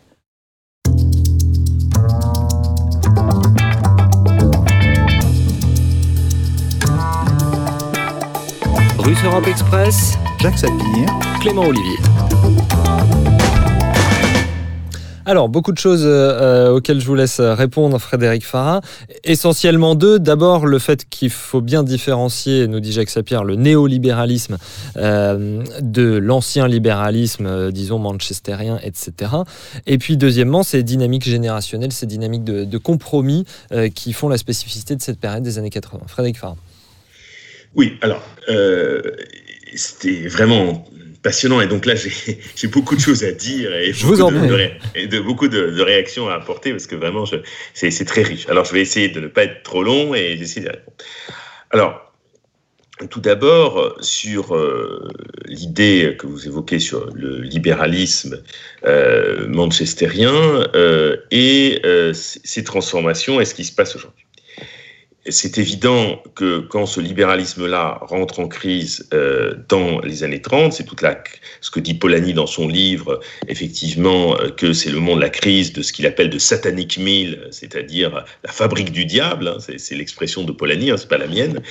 Russe Europe Express, Jacques Sapir, Clément Olivier. Alors, beaucoup de choses auxquelles je vous laisse répondre, Frédéric Farah. Essentiellement deux. D'abord, le fait qu'il faut bien différencier, nous dit Jacques Sapir, le néolibéralisme de l'ancien libéralisme, disons, manchestérien, etc. Et puis, deuxièmement, ces dynamiques générationnelles, ces dynamiques de compromis qui font la spécificité de cette période des années 80. Frédéric Farah. Oui, alors, c'était vraiment passionnant, et donc là j'ai beaucoup de choses à dire et beaucoup de réactions à apporter, parce que vraiment c'est très riche. Alors je vais essayer de ne pas être trop long et d'essayer de répondre. Alors, tout d'abord, sur l'idée que vous évoquez sur le libéralisme manchestérien et ces transformations et ce qui se passe aujourd'hui. C'est évident que quand ce libéralisme-là rentre en crise dans les années 30, c'est ce que dit Polanyi dans son livre, effectivement, que c'est le moment de la crise de ce qu'il appelle de Satanic Mill, c'est-à-dire la fabrique du diable, hein, c'est l'expression de Polanyi, hein, c'est pas la mienne.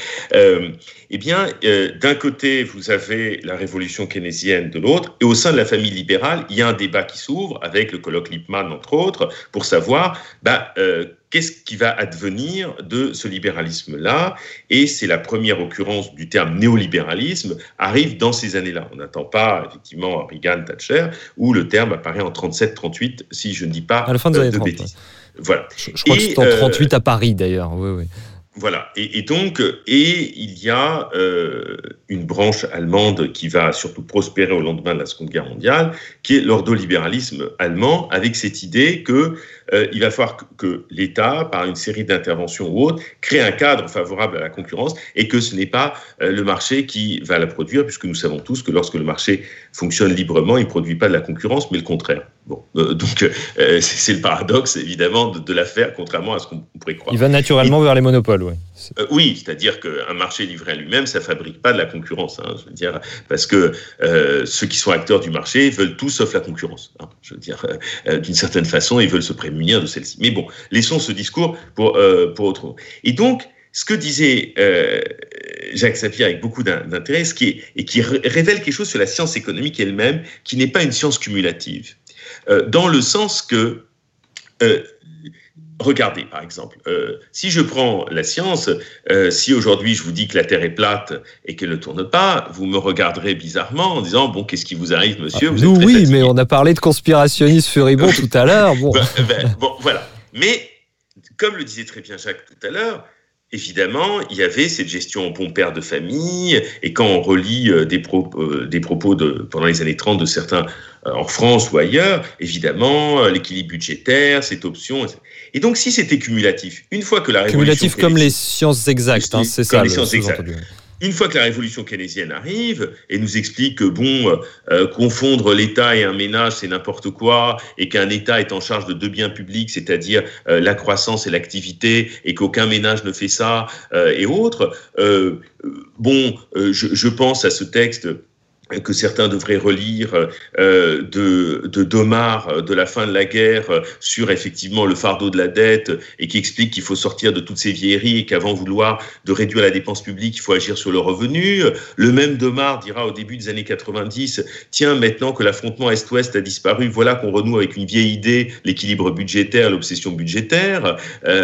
D'un côté, vous avez la révolution keynésienne de l'autre, et au sein de la famille libérale, il y a un débat qui s'ouvre avec le colloque Lippmann, entre autres, pour savoir qu'est-ce qui va advenir de ce libéralisme-là. Et c'est la première occurrence du terme néolibéralisme, arrive dans ces années-là. On n'attend pas, effectivement, Reagan, Thatcher, où le terme apparaît en 37-38, si je ne dis pas à la fin des années 30, bêtises. Ouais. Voilà. Je crois que c'est en 38 à Paris, d'ailleurs. Oui. Voilà, et donc il y a une branche allemande qui va surtout prospérer au lendemain de la Seconde Guerre mondiale, qui est l'ordolibéralisme allemand, avec cette idée que il va falloir que l'État, par une série d'interventions ou autres, crée un cadre favorable à la concurrence, et que ce n'est pas le marché qui va la produire, puisque nous savons tous que lorsque le marché fonctionne librement, il ne produit pas de la concurrence, mais le contraire. Bon, donc c'est le paradoxe, évidemment, de l'affaire, contrairement à ce qu'on pourrait croire. Il va naturellement vers les monopoles, oui. Oui, c'est-à-dire qu'un marché livré à lui-même, ça ne fabrique pas de la concurrence. Hein, je veux dire, parce que ceux qui sont acteurs du marché veulent tout sauf la concurrence. Hein, je veux dire, d'une certaine façon, ils veulent se prémunir de celle-ci. Mais bon, laissons ce discours pour autrement. Et donc, ce que disait Jacques Sapir avec beaucoup d'intérêt, qui révèle quelque chose sur la science économique elle-même, qui n'est pas une science cumulative. Dans le sens que... Regardez, par exemple, si je prends la science, si aujourd'hui je vous dis que la Terre est plate et qu'elle ne tourne pas, vous me regarderez bizarrement en disant « Bon, qu'est-ce qui vous arrive, monsieur ?» Nous, oui, mais on a parlé de conspirationnistes furibonds tout à l'heure. Bon. Bon, voilà. Mais, comme le disait très bien Jacques tout à l'heure, évidemment, il y avait cette gestion bon père de famille, et quand on relit des propos pendant les années 30 de certains en France ou ailleurs, évidemment, l'équilibre budgétaire, cette option... Et donc, si c'était cumulatif, une fois que la révolution... Cumulatif comme les sciences exactes, hein, c'est ça. Les sciences exactes. Une fois que la révolution keynésienne arrive et nous explique que, confondre l'État et un ménage, c'est n'importe quoi, et qu'un État est en charge de deux biens publics, c'est-à-dire la croissance et l'activité, et qu'aucun ménage ne fait ça, et autres, je pense à ce texte que certains devraient relire de Domar de la fin de la guerre sur effectivement le fardeau de la dette, et qui explique qu'il faut sortir de toutes ces vieilleries et qu'avant vouloir de réduire la dépense publique, il faut agir sur le revenu. Le même Domar dira au début des années 90, tiens, maintenant que l'affrontement Est-Ouest a disparu, voilà qu'on renoue avec une vieille idée, l'équilibre budgétaire, l'obsession budgétaire.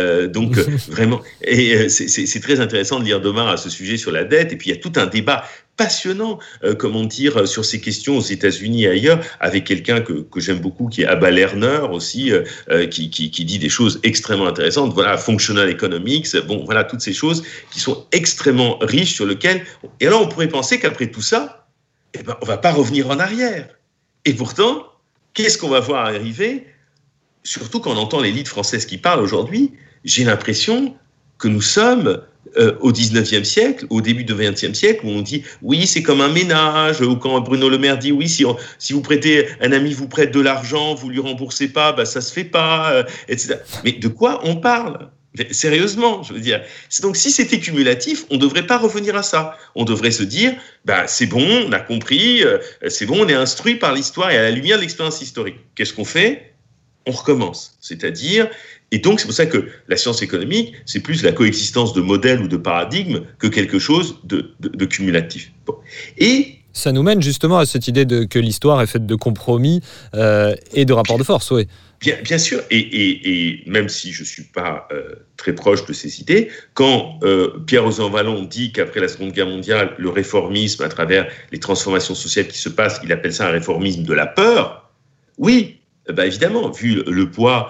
Vraiment, et c'est très intéressant de lire Domar à ce sujet sur la dette. Et puis il y a tout un débat passionnant, sur ces questions aux États-Unis et ailleurs, avec quelqu'un que j'aime beaucoup, qui est Abba Lerner aussi, qui dit des choses extrêmement intéressantes. Voilà, functional economics, voilà, toutes ces choses qui sont extrêmement riches sur lesquelles... Et alors, on pourrait penser qu'après tout ça, on va pas revenir en arrière. Et pourtant, qu'est-ce qu'on va voir arriver ? Surtout quand on entend l'élite française qui parle aujourd'hui, j'ai l'impression que nous sommes au 19e siècle, au début du 20e siècle, où on dit « oui, c'est comme un ménage », ou quand Bruno Le Maire dit « oui, si vous prêtez, un ami vous prête de l'argent, vous lui remboursez pas, ça se fait pas », etc. Mais de quoi on parle ? Sérieusement, je veux dire. Donc, si c'était cumulatif, on ne devrait pas revenir à ça. On devrait se dire, c'est bon, on a compris, c'est bon, on est instruit par l'histoire et à la lumière de l'expérience historique. Qu'est-ce qu'on fait ? On recommence. C'est-à-dire, et donc c'est pour ça que la science économique, c'est plus la coexistence de modèles ou de paradigmes que quelque chose de cumulatif. Bon. Et ça nous mène justement à cette idée que l'histoire est faite de compromis et de rapports de force, oui. Bien sûr, et même si je ne suis pas très proche de ces idées, quand Pierre Rosanvallon dit qu'après la Seconde Guerre mondiale, le réformisme, à travers les transformations sociales qui se passent, il appelle ça un réformisme de la peur, oui, évidemment, vu le poids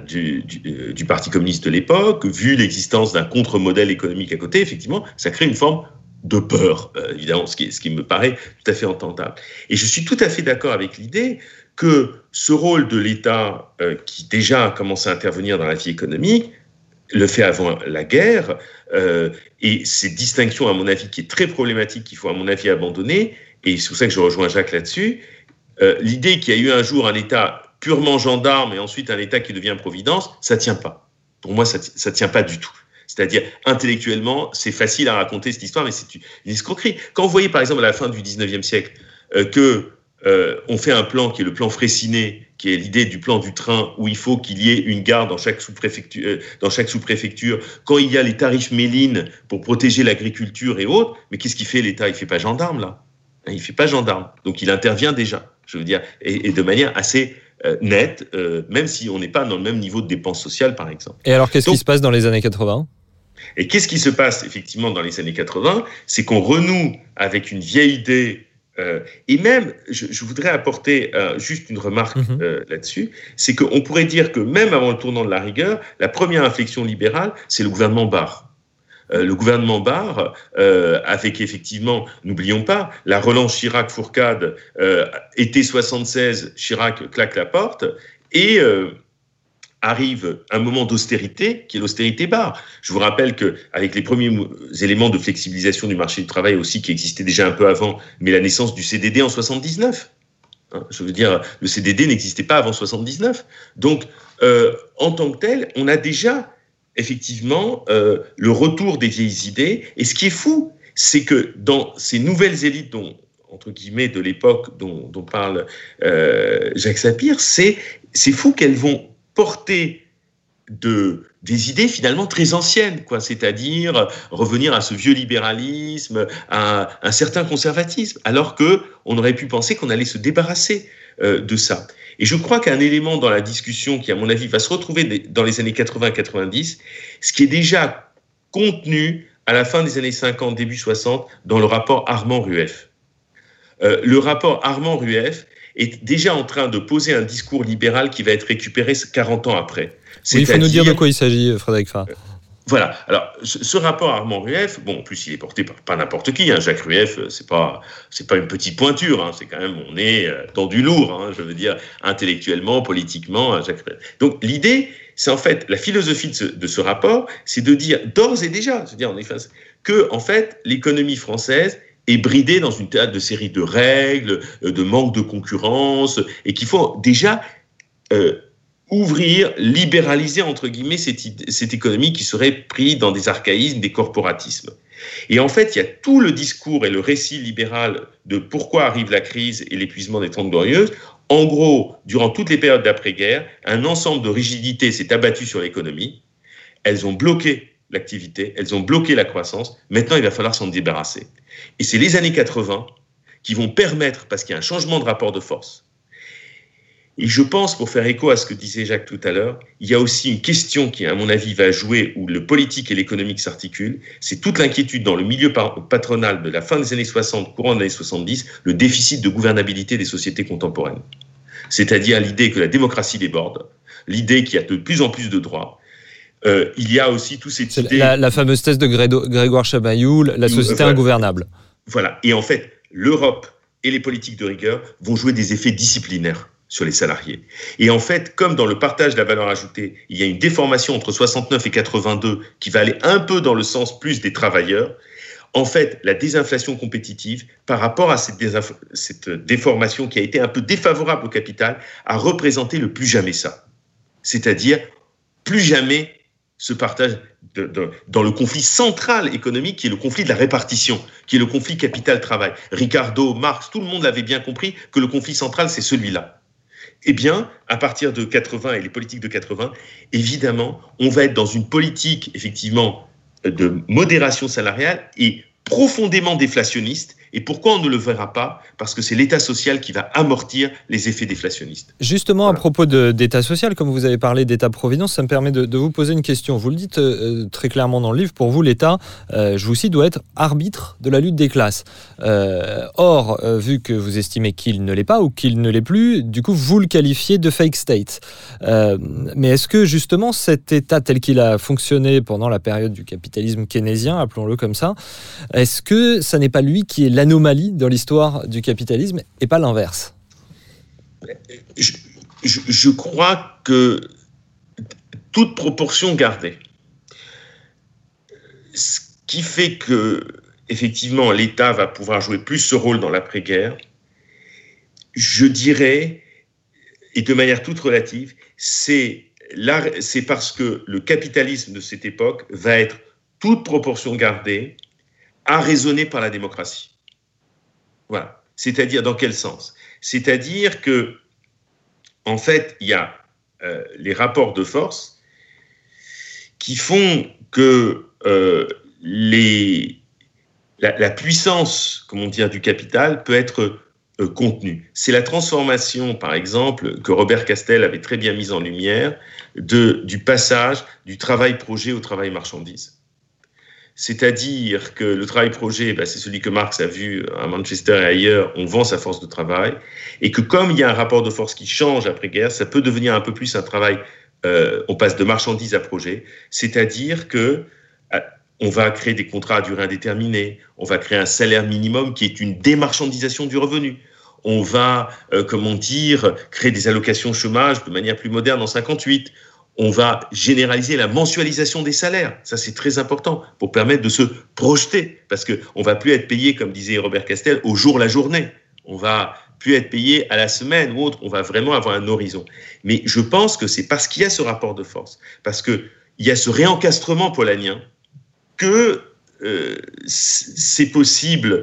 du Parti communiste de l'époque, vu l'existence d'un contre-modèle économique à côté, effectivement, ça crée une forme de peur, évidemment, ce qui me paraît tout à fait entendable. Et je suis tout à fait d'accord avec l'idée que ce rôle de l'État, qui déjà a commencé à intervenir dans la vie économique, le fait avant la guerre, et ces distinctions, à mon avis, qui est très problématique, qu'il faut, à mon avis, abandonner, et c'est pour ça que je rejoins Jacques là-dessus, l'idée qu'il y a eu un jour un État purement gendarme et ensuite un État qui devient providence, ça ne tient pas. Pour moi, ça ne tient pas du tout. C'est-à-dire, intellectuellement, c'est facile à raconter cette histoire, mais c'est une escroquerie. Quand vous voyez, par exemple, à la fin du 19e siècle, on fait un plan qui est le plan Freycinet, qui est l'idée du plan du train, où il faut qu'il y ait une gare dans chaque sous-préfecture, quand il y a les tarifs Méline pour protéger l'agriculture et autres, mais qu'est-ce qu'il fait l'État ? Il ne fait pas gendarme, là. Il ne fait pas gendarme. Donc, il intervient déjà, je veux dire, et de manière assez nette, même si on n'est pas dans le même niveau de dépenses sociales, par exemple. Et alors, qu'est-ce qui se passe dans les années 80 ? Et qu'est-ce qui se passe, effectivement, dans les années 80 ? C'est qu'on renoue avec une vieille idée. Et même, je voudrais apporter juste une remarque là-dessus, c'est qu'on pourrait dire que même avant le tournant de la rigueur, la première inflexion libérale, c'est le gouvernement Barre. Le gouvernement Barre, avec effectivement, n'oublions pas, la relance Chirac-Fourcade, été 76, Chirac claque la porte, et arrive un moment d'austérité, qui est l'austérité Barre. Je vous rappelle qu'avec les premiers éléments de flexibilisation du marché du travail aussi, qui existaient déjà un peu avant, mais la naissance du CDD en 79, je veux dire, le CDD n'existait pas avant 79. Donc, en tant que tel, on a déjà effectivement le retour des vieilles idées. Et ce qui est fou, c'est que dans ces nouvelles élites entre guillemets, de l'époque dont parle Jacques Sapir, c'est fou qu'elles vont porter des idées finalement très anciennes, quoi. C'est-à-dire revenir à ce vieux libéralisme, à un certain conservatisme, alors qu'on aurait pu penser qu'on allait se débarrasser de ça. Et je crois qu'un élément dans la discussion qui, à mon avis, va se retrouver dans les années 80-90, ce qui est déjà contenu à la fin des années 50, début 60, dans le rapport Armand-Rueff. Le rapport Armand-Rueff est déjà en train de poser un discours libéral qui va être récupéré 40 ans après. Oui, il faut nous dire de quoi il s'agit, Frédéric Farr. Voilà. Alors, ce rapport Armand-Rueff, en plus, il est porté par pas n'importe qui. Jacques Rueff, c'est pas une petite pointure. C'est quand même, on est dans du lourd. Je veux dire, intellectuellement, politiquement, Jacques Rueff. Donc, l'idée, c'est en fait, la philosophie de ce rapport, c'est de dire d'ores et déjà, c'est-à-dire, que, en fait, l'économie française est bridée dans une théâtre de série de règles, de manque de concurrence, et qu'il faut déjà ouvrir, libéraliser, entre guillemets, cette économie qui serait prise dans des archaïsmes, des corporatismes. Et en fait, il y a tout le discours et le récit libéral de pourquoi arrive la crise et l'épuisement des Trente Glorieuses. En gros, durant toutes les périodes d'après-guerre, un ensemble de rigidités s'est abattu sur l'économie. Elles ont bloqué l'activité, elles ont bloqué la croissance. Maintenant, il va falloir s'en débarrasser. Et c'est les années 80 qui vont permettre, parce qu'il y a un changement de rapport de force, Et je pense, pour faire écho à ce que disait Jacques tout à l'heure, il y a aussi une question qui, à mon avis, va jouer où le politique et l'économique s'articulent. C'est toute l'inquiétude dans le milieu patronal de la fin des années 60, courant des années 70, le déficit de gouvernabilité des sociétés contemporaines. C'est-à-dire l'idée que la démocratie déborde, l'idée qu'il y a de plus en plus de droits. Il y a aussi tous ces idées... La fameuse thèse de Grégoire Chamaillou, la société ingouvernable. Voilà. Et en fait, l'Europe et les politiques de rigueur vont jouer des effets disciplinaires sur les salariés. Et en fait, comme dans le partage de la valeur ajoutée, il y a une déformation entre 69 et 82 qui va aller un peu dans le sens plus des travailleurs, en fait, la désinflation compétitive, par rapport à cette déformation qui a été un peu défavorable au capital, a représenté le plus jamais ça. C'est-à-dire, plus jamais ce partage dans le conflit central économique qui est le conflit de la répartition, qui est le conflit capital-travail. Ricardo, Marx, tout le monde l'avait bien compris que le conflit central, c'est celui-là. Eh bien, à partir de 80 et les politiques de 80, évidemment, on va être dans une politique, effectivement, de modération salariale et profondément déflationniste. Et pourquoi on ne le verra pas ? Parce que c'est l'État social qui va amortir les effets déflationnistes. Justement, voilà. À propos d'État social, comme vous avez parlé d'État-providence, ça me permet de vous poser une question. Vous le dites très clairement dans le livre, pour vous, l'État, je vous cite, doit être arbitre de la lutte des classes. Or, vu que vous estimez qu'il ne l'est pas ou qu'il ne l'est plus, du coup, vous le qualifiez de fake state. Mais est-ce que, justement, cet État tel qu'il a fonctionné pendant la période du capitalisme keynésien, appelons-le comme ça, est-ce que ça n'est pas lui qui est l'anomalie dans l'histoire du capitalisme et pas l'inverse ? Je crois que, toute proportion gardée, ce qui fait que, effectivement, l'État va pouvoir jouer plus ce rôle dans l'après-guerre, je dirais, et de manière toute relative, c'est parce que le capitalisme de cette époque va être, toute proportion gardée, arraisonné par la démocratie. Voilà. C'est-à-dire, dans quel sens ? C'est-à-dire que, en fait, il y a les rapports de force qui font que la puissance, comment dire, du capital peut être contenue. C'est la transformation, par exemple, que Robert Castel avait très bien mise en lumière, du passage du travail-projet au travail-marchandise. C'est-à-dire que le travail-projet, c'est celui que Marx a vu à Manchester et ailleurs, on vend sa force de travail, et que comme il y a un rapport de force qui change après-guerre, ça peut devenir un peu plus un travail, on passe de marchandise à projet, c'est-à-dire que on va créer des contrats à durée indéterminée, on va créer un salaire minimum qui est une démarchandisation du revenu, on va, créer des allocations chômage de manière plus moderne en 58, on va généraliser la mensualisation des salaires. Ça, c'est très important pour permettre de se projeter. Parce qu'on ne va plus être payé, comme disait Robert Castel, au jour la journée. On ne va plus être payé à la semaine ou autre. On va vraiment avoir un horizon. Mais je pense que c'est parce qu'il y a ce rapport de force, parce qu'il y a ce réencastrement polanien, que c'est possible,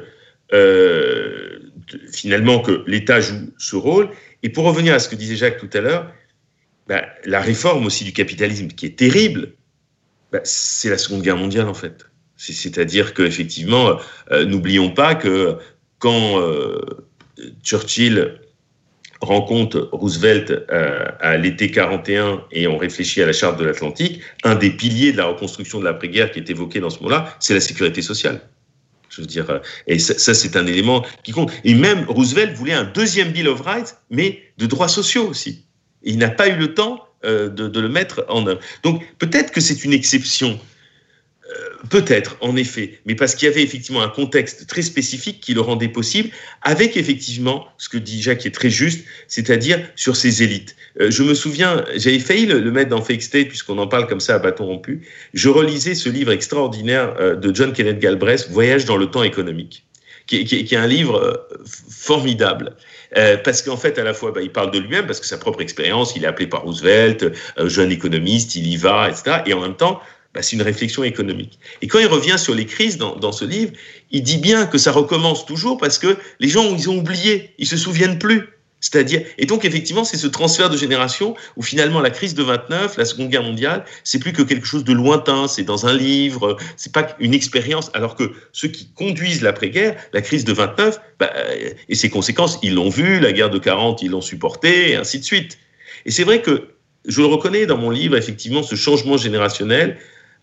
finalement, que l'État joue ce rôle. Et pour revenir à ce que disait Jacques tout à l'heure, la réforme aussi du capitalisme, qui est terrible, c'est la Seconde Guerre mondiale, en fait. C'est-à-dire qu'effectivement, n'oublions pas que quand Churchill rencontre Roosevelt à l'été 41 et on réfléchit à la charte de l'Atlantique, un des piliers de la reconstruction de l'après-guerre qui est évoqué dans ce moment-là, c'est la sécurité sociale. Je veux dire, et ça, c'est un élément qui compte. Et même Roosevelt voulait un deuxième Bill of Rights, mais de droits sociaux aussi. Et il n'a pas eu le temps de le mettre en œuvre. Donc, peut-être que c'est une exception. Peut-être, en effet. Mais parce qu'il y avait effectivement un contexte très spécifique qui le rendait possible, avec effectivement, ce que dit Jacques qui est très juste, c'est-à-dire sur ces élites. Je me souviens, j'avais failli le mettre dans Fake State, puisqu'on en parle comme ça à bâton rompu. Je relisais ce livre extraordinaire de John Kenneth Galbraith, Voyage dans le temps économique, qui est un livre formidable. Parce qu'en fait, à la fois, il parle de lui-même, parce que sa propre expérience, il est appelé par Roosevelt, jeune économiste, il y va, etc. Et en même temps, c'est une réflexion économique. Et quand il revient sur les crises dans ce livre, il dit bien que ça recommence toujours parce que les gens, ils ont oublié, ils se souviennent plus. C'est-à-dire, et donc effectivement, c'est ce transfert de génération où finalement la crise de 29, la Seconde Guerre mondiale, c'est plus que quelque chose de lointain, c'est dans un livre, c'est pas une expérience, alors que ceux qui conduisent l'après-guerre, la crise de 29, et ses conséquences, ils l'ont vu, la guerre de 40, ils l'ont supporté, et ainsi de suite. Et c'est vrai que, je le reconnais dans mon livre, effectivement, ce changement générationnel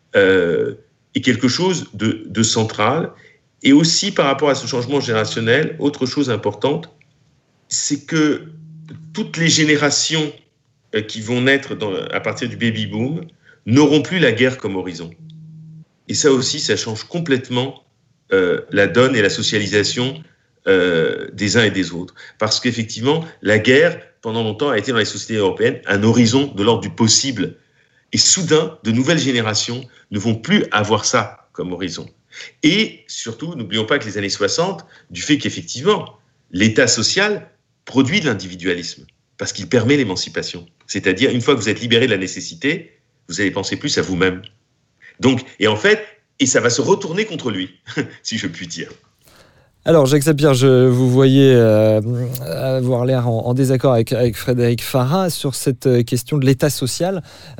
est quelque chose de central. Et aussi, par rapport à ce changement générationnel, autre chose importante, c'est que toutes les générations qui vont naître à partir du baby-boom n'auront plus la guerre comme horizon. Et ça aussi, ça change complètement la donne et la socialisation des uns et des autres. Parce qu'effectivement, la guerre, pendant longtemps, a été dans les sociétés européennes un horizon de l'ordre du possible. Et soudain, de nouvelles générations ne vont plus avoir ça comme horizon. Et surtout, n'oublions pas que les années 60, du fait qu'effectivement, l'État social produit de l'individualisme, parce qu'il permet l'émancipation. C'est-à-dire, une fois que vous êtes libéré de la nécessité, vous allez penser plus à vous-même. Donc, et en fait, et ça va se retourner contre lui, si je puis dire. Alors, Jacques Sapir, je vous voyais avoir l'air en désaccord avec Frédéric Farah sur cette question de l'État social,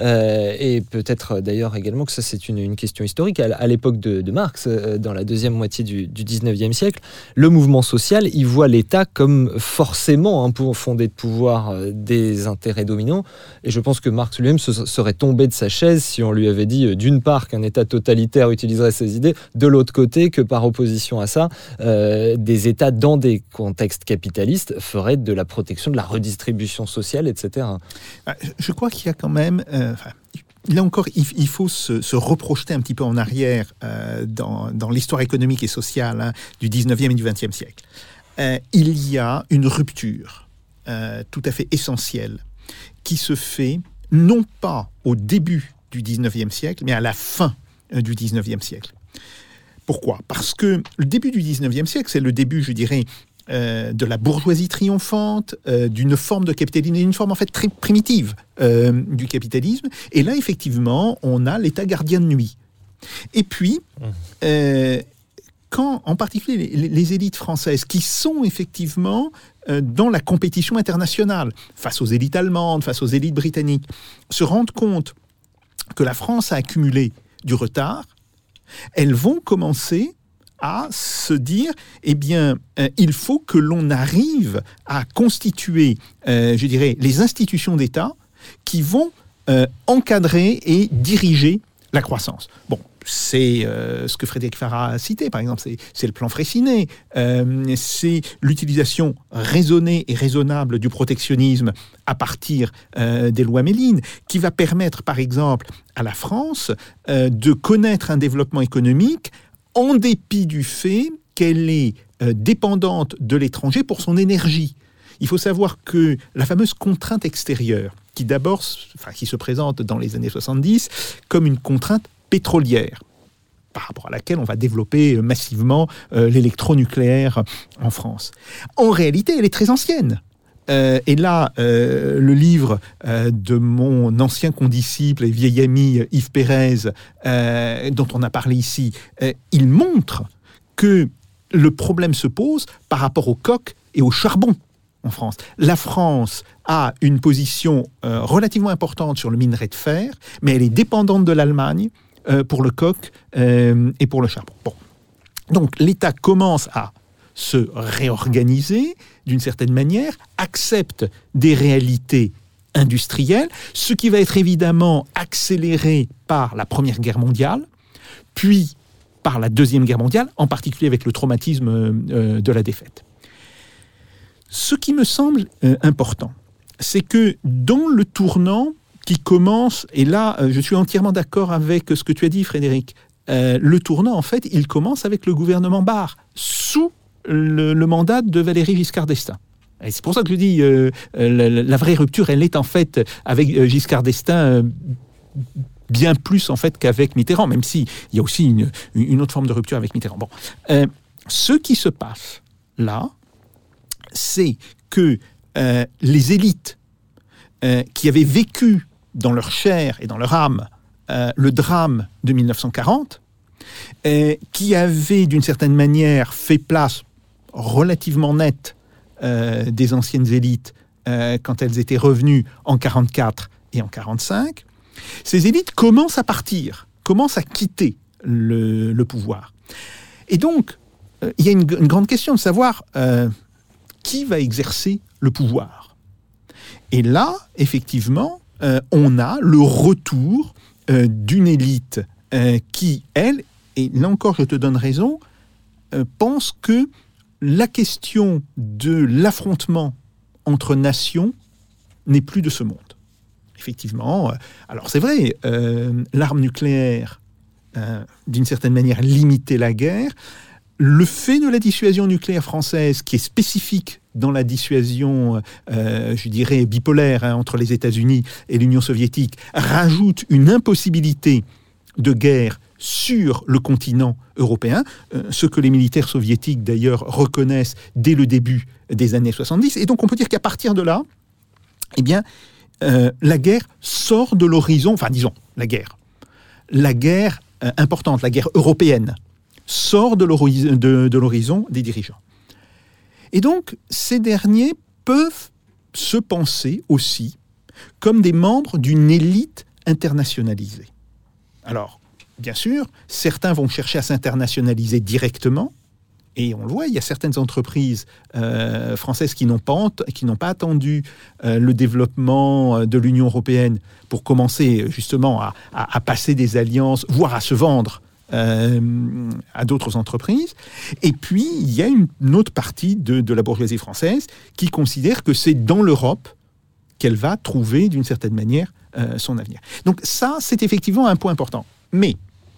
et peut-être d'ailleurs également que ça c'est une question historique. À l'époque de Marx, dans la deuxième moitié du 19e siècle, le mouvement social, il voit l'État comme forcément un fondé de pouvoir des intérêts dominants, et je pense que Marx lui-même serait tombé de sa chaise si on lui avait dit d'une part qu'un État totalitaire utiliserait ses idées, de l'autre côté que par opposition à ça, des États dans des contextes capitalistes feraient de la protection, de la redistribution sociale, etc. Je crois qu'il y a quand même... là encore, il faut se reprojeter un petit peu en arrière dans l'histoire économique et sociale du 19e et du 20e siècle. Il y a une rupture tout à fait essentielle qui se fait non pas au début du 19e siècle, mais à la fin du 19e siècle. Pourquoi ? Parce que le début du 19e siècle, c'est le début, je dirais, de la bourgeoisie triomphante, d'une forme de capitalisme, une forme en fait très primitive du capitalisme. Et là, effectivement, on a l'État gardien de nuit. Et puis, quand, en particulier, les élites françaises, qui sont effectivement dans la compétition internationale, face aux élites allemandes, face aux élites britanniques, se rendent compte que la France a accumulé du retard, elles vont commencer à se dire, eh bien, il faut que l'on arrive à constituer, je dirais, les institutions d'État qui vont encadrer et diriger la croissance. Bon, c'est ce que Frédéric Farah a cité, par exemple, c'est le plan Freycinet, c'est l'utilisation raisonnée et raisonnable du protectionnisme à partir des lois Méline, qui va permettre, par exemple, à la France de connaître un développement économique en dépit du fait qu'elle est dépendante de l'étranger pour son énergie. Il faut savoir que la fameuse contrainte extérieure, qui se présente dans les années 70 comme une contrainte pétrolière, par rapport à laquelle on va développer massivement l'électronucléaire en France. En réalité, elle est très ancienne. Et là, le livre de mon ancien condisciple et vieil ami Yves Pérez, dont on a parlé ici, il montre que le problème se pose par rapport au coke et au charbon en France. La France a une position relativement importante sur le minerai de fer, mais elle est dépendante de l'Allemagne pour le coke et pour le charbon. Bon. Donc l'État commence à se réorganiser d'une certaine manière, accepte des réalités industrielles, ce qui va être évidemment accéléré par la Première Guerre mondiale, puis par la Deuxième Guerre mondiale, en particulier avec le traumatisme de la défaite. Ce qui me semble important, c'est que dans le tournant qui commence, et là je suis entièrement d'accord avec ce que tu as dit Frédéric, le tournant en fait il commence avec le gouvernement Barre, sous le mandat de Valéry Giscard d'Estaing. Et c'est pour ça que je dis la vraie rupture elle est en fait avec Giscard d'Estaing bien plus en fait qu'avec Mitterrand, même s'il y a aussi une autre forme de rupture avec Mitterrand. Bon, ce qui se passe là, c'est que les élites qui avaient vécu dans leur chair et dans leur âme le drame de 1940, qui avaient d'une certaine manière fait place relativement nette des anciennes élites quand elles étaient revenues en 1944 et en 1945, ces élites commencent à partir, commencent à quitter le pouvoir. Et donc, il y a une grande question de savoir qui va exercer le pouvoir. Et là, effectivement, on a le retour d'une élite qui, elle, et là encore je te donne raison, pense que la question de l'affrontement entre nations n'est plus de ce monde. Effectivement, alors c'est vrai, l'arme nucléaire, d'une certaine manière, limitait la guerre. Le fait de la dissuasion nucléaire française, qui est spécifique dans la dissuasion, je dirais, bipolaire entre les États-Unis et l'Union soviétique, rajoute une impossibilité de guerre sur le continent européen, ce que les militaires soviétiques d'ailleurs reconnaissent dès le début des années 70. Et donc on peut dire qu'à partir de là, eh bien, la guerre sort de l'horizon, enfin disons, la guerre importante, la guerre européenne, sort de l'horizon des dirigeants. Et donc, ces derniers peuvent se penser aussi comme des membres d'une élite internationalisée. Alors, bien sûr, certains vont chercher à s'internationaliser directement, et on le voit, il y a certaines entreprises françaises qui n'ont pas attendu le développement de l'Union européenne pour commencer justement à passer des alliances, voire à se vendre à d'autres entreprises. Et puis, il y a une autre partie de la bourgeoisie française qui considère que c'est dans l'Europe qu'elle va trouver, d'une certaine manière, son avenir. Donc ça, c'est effectivement un point important. Mais,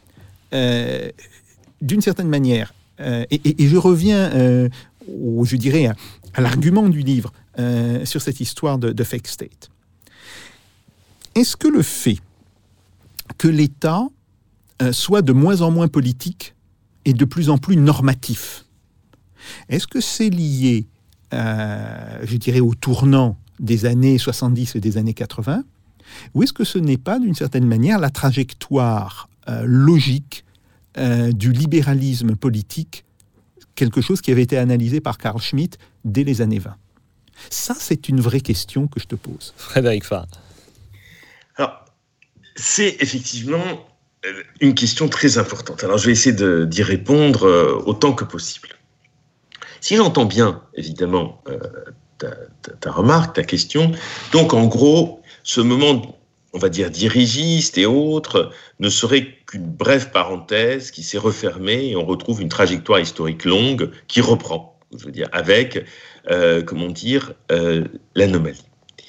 d'une certaine manière, et je reviens, je dirais, à l'argument du livre sur cette histoire de fake state. Est-ce que le fait que l'État soit de moins en moins politique et de plus en plus normatif, est-ce que c'est lié, je dirais, au tournant des années 70 et des années 80, ou est-ce que ce n'est pas, d'une certaine manière, la trajectoire logique du libéralisme politique, quelque chose qui avait été analysé par Carl Schmitt dès les années 20. Ça, c'est une vraie question que je te pose. Frédéric Farr. Alors, c'est effectivement une question très importante. Alors, je vais essayer d'y répondre autant que possible. Si j'entends bien, évidemment, ta remarque, ta question, donc en gros, ce moment, on va dire, dirigiste et autres, ne serait qu'une brève parenthèse qui s'est refermée et on retrouve une trajectoire historique longue qui reprend, je veux dire, avec, l'anomalie.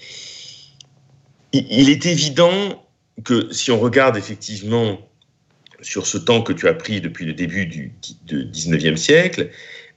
Il est évident que si on regarde effectivement sur ce temps que tu as pris depuis le début du 19e siècle,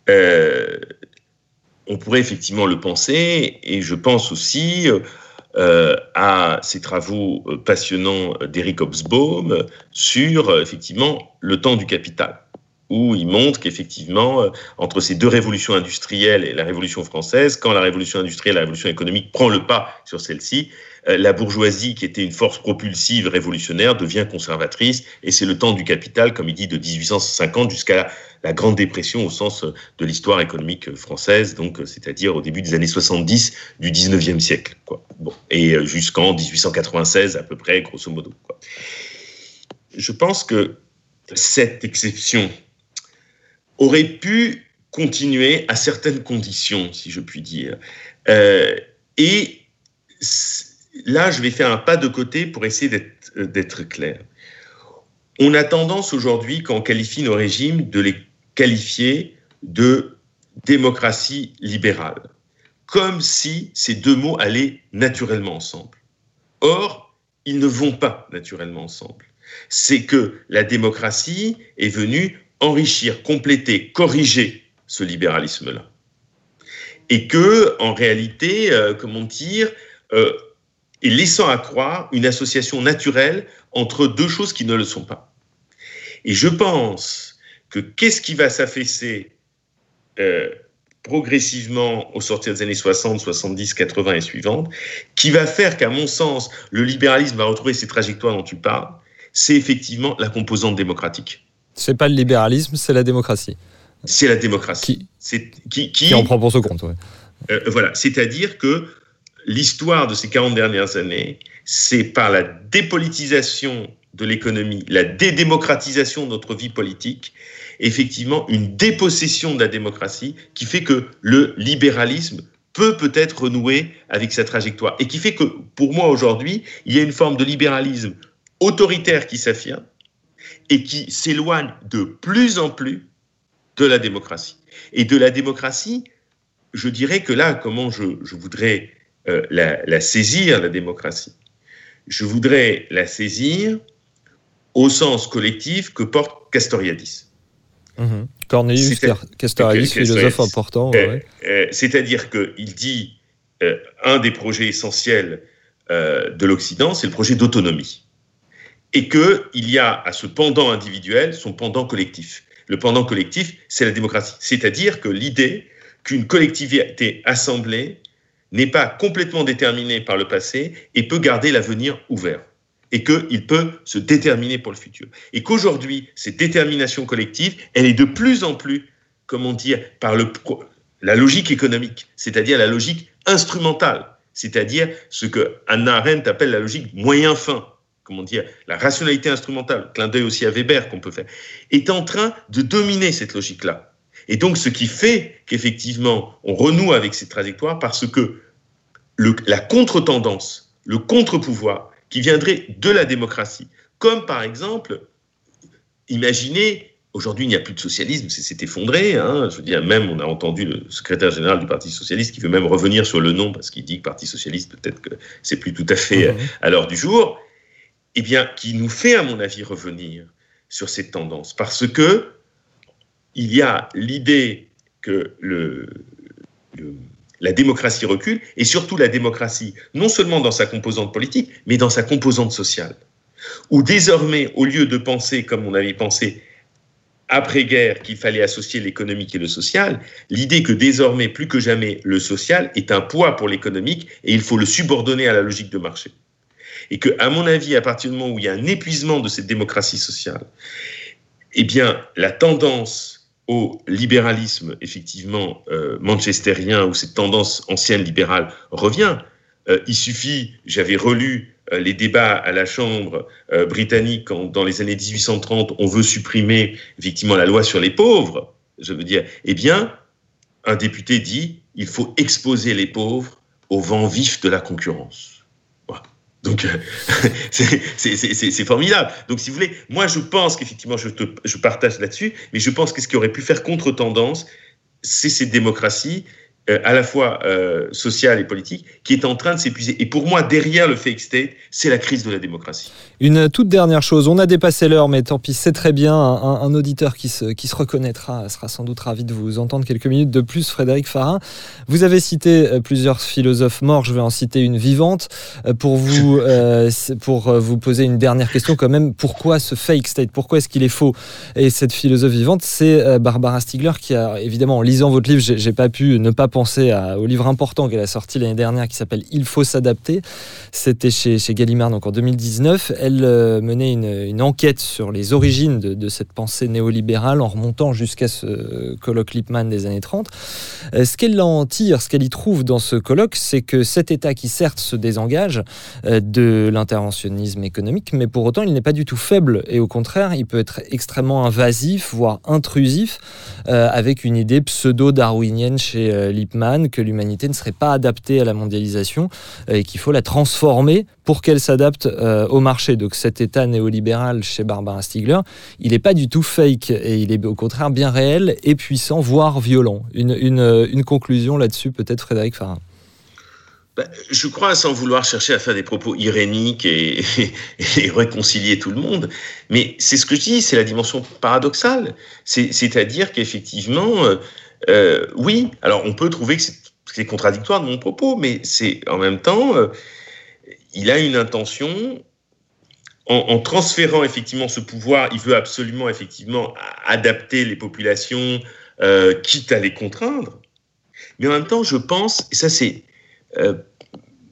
on pourrait effectivement le penser, et je pense aussi à ces travaux passionnants d'Eric Hobsbawm sur effectivement le temps du capital, où il montre qu'effectivement, entre ces deux révolutions industrielles et la Révolution française, quand la révolution industrielle et la révolution économique prend le pas sur celle-ci, la bourgeoisie, qui était une force propulsive révolutionnaire, devient conservatrice, et c'est le temps du capital, comme il dit, de 1850 jusqu'à la Grande Dépression au sens de l'histoire économique française, donc c'est-à-dire au début des années 70 du 19e siècle, quoi. Bon, et jusqu'en 1896 à peu près, grosso modo, quoi. Je pense que cette exception aurait pu continuer à certaines conditions, si je puis dire. Et là, je vais faire un pas de côté pour essayer d'être clair. On a tendance aujourd'hui, quand on qualifie nos régimes, de les qualifier de démocratie libérale, comme si ces deux mots allaient naturellement ensemble. Or, ils ne vont pas naturellement ensemble. C'est que la démocratie est venue enrichir, compléter, corriger ce libéralisme-là. Et que, en réalité, et laissant accroire une association naturelle entre deux choses qui ne le sont pas. Et je pense que qu'est-ce qui va s'affaisser progressivement au sortir des années 60, 70, 80 et suivantes, qui va faire qu'à mon sens, le libéralisme va retrouver ces trajectoires dont tu parles, c'est effectivement la composante démocratique. C'est pas le libéralisme, c'est la démocratie. C'est la démocratie. Qui en prend pour ce compte, ouais. Voilà, c'est-à-dire que l'histoire de ces 40 dernières années, c'est par la dépolitisation de l'économie, la dédémocratisation de notre vie politique, effectivement une dépossession de la démocratie qui fait que le libéralisme peut-être renouer avec sa trajectoire et qui fait que, pour moi aujourd'hui, il y a une forme de libéralisme autoritaire qui s'affirme et qui s'éloigne de plus en plus de la démocratie. Et de la démocratie, je dirais que là, comment je voudrais la saisir, la démocratie. Je voudrais la saisir au sens collectif que porte Castoriadis. Cornelius Castoriadis, philosophe important. C'est-à-dire qu'il dit un des projets essentiels de l'Occident, c'est le projet d'autonomie. Et qu'il y a à ce pendant individuel son pendant collectif. Le pendant collectif, c'est la démocratie. C'est-à-dire que l'idée qu'une collectivité assemblée n'est pas complètement déterminée par le passé et peut garder l'avenir ouvert. Et qu'il peut se déterminer pour le futur. Et qu'aujourd'hui, cette détermination collective, elle est de plus en plus, comment dire, par la logique économique, c'est-à-dire la logique instrumentale, c'est-à-dire ce que Hannah Arendt appelle la logique moyen-fin, comment dire, la rationalité instrumentale, clin d'œil aussi à Weber qu'on peut faire, est en train de dominer cette logique-là. Et donc, ce qui fait qu'effectivement, on renoue avec cette trajectoire parce que la contre-tendance, le contre-pouvoir, qui viendrait de la démocratie. Comme par exemple, imaginez, aujourd'hui il n'y a plus de socialisme, c'est effondré, je veux dire, même on a entendu le secrétaire général du Parti socialiste qui veut même revenir sur le nom parce qu'il dit que Parti socialiste, peut-être que c'est plus tout à fait à l'heure du jour, eh bien, qui nous fait à mon avis revenir sur cette tendance, parce que il y a l'idée que la démocratie recule, et surtout la démocratie, non seulement dans sa composante politique, mais dans sa composante sociale. Où désormais, au lieu de penser comme on avait pensé après-guerre qu'il fallait associer l'économique et le social, l'idée que désormais, plus que jamais, le social est un poids pour l'économique et il faut le subordonner à la logique de marché. Et que, à mon avis, à partir du moment où il y a un épuisement de cette démocratie sociale, eh bien, la tendance au libéralisme, effectivement, manchestérien, où cette tendance ancienne libérale revient. Il suffit, j'avais relu les débats à la Chambre britannique quand, dans les années 1830, on veut supprimer, effectivement, la loi sur les pauvres. Je veux dire, eh bien, un député dit, il faut exposer les pauvres au vent vif de la concurrence. Voilà. Donc, c'est formidable. Donc, si vous voulez, moi, je pense qu'effectivement, je partage là-dessus, mais je pense que ce qui aurait pu faire contre-tendance, c'est cette démocratie, à la fois sociale et politique, qui est en train de s'épuiser. Et pour moi, derrière le fake state, c'est la crise de la démocratie. Une toute dernière chose, on a dépassé l'heure, mais tant pis, c'est très bien. Un auditeur qui se reconnaîtra sera sans doute ravi de vous entendre quelques minutes de plus, Frédéric Farin. Vous avez cité plusieurs philosophes morts, je vais en citer une vivante. Pour vous poser une dernière question quand même, pourquoi ce fake state ? Pourquoi est-ce qu'il est faux ? Et cette philosophe vivante, c'est Barbara Stiegler, qui a, évidemment, en lisant votre livre, j'ai pas pu ne pas penser au livre important qu'elle a sorti l'année dernière qui s'appelle « Il faut s'adapter ». C'était chez Gallimard, donc en 2019. Elle menait une enquête sur les origines de cette pensée néolibérale en remontant jusqu'à ce colloque Lippmann des années 30. Ce qu'elle en tire, ce qu'elle y trouve dans ce colloque, c'est que cet État qui certes se désengage de l'interventionnisme économique, mais pour autant il n'est pas du tout faible et au contraire il peut être extrêmement invasif, voire intrusif, avec une idée pseudo-darwinienne chez Lippmann, que l'humanité ne serait pas adaptée à la mondialisation et qu'il faut la transformer pour qu'elle s'adapte au marché. Donc cet État néolibéral chez Barbara Stiegler, il n'est pas du tout fake et il est au contraire bien réel et puissant, voire violent. Une conclusion là-dessus peut-être, Frédéric Farin. Je crois, sans vouloir chercher à faire des propos iréniques et réconcilier tout le monde, mais c'est ce que je dis, c'est la dimension paradoxale. C'est-à-dire qu'effectivement, oui, alors on peut trouver que c'est contradictoire de mon propos, mais c'est en même temps, il a une intention, en transférant effectivement ce pouvoir, il veut absolument effectivement adapter les populations, quitte à les contraindre. Mais en même temps, je pense, et ça c'est...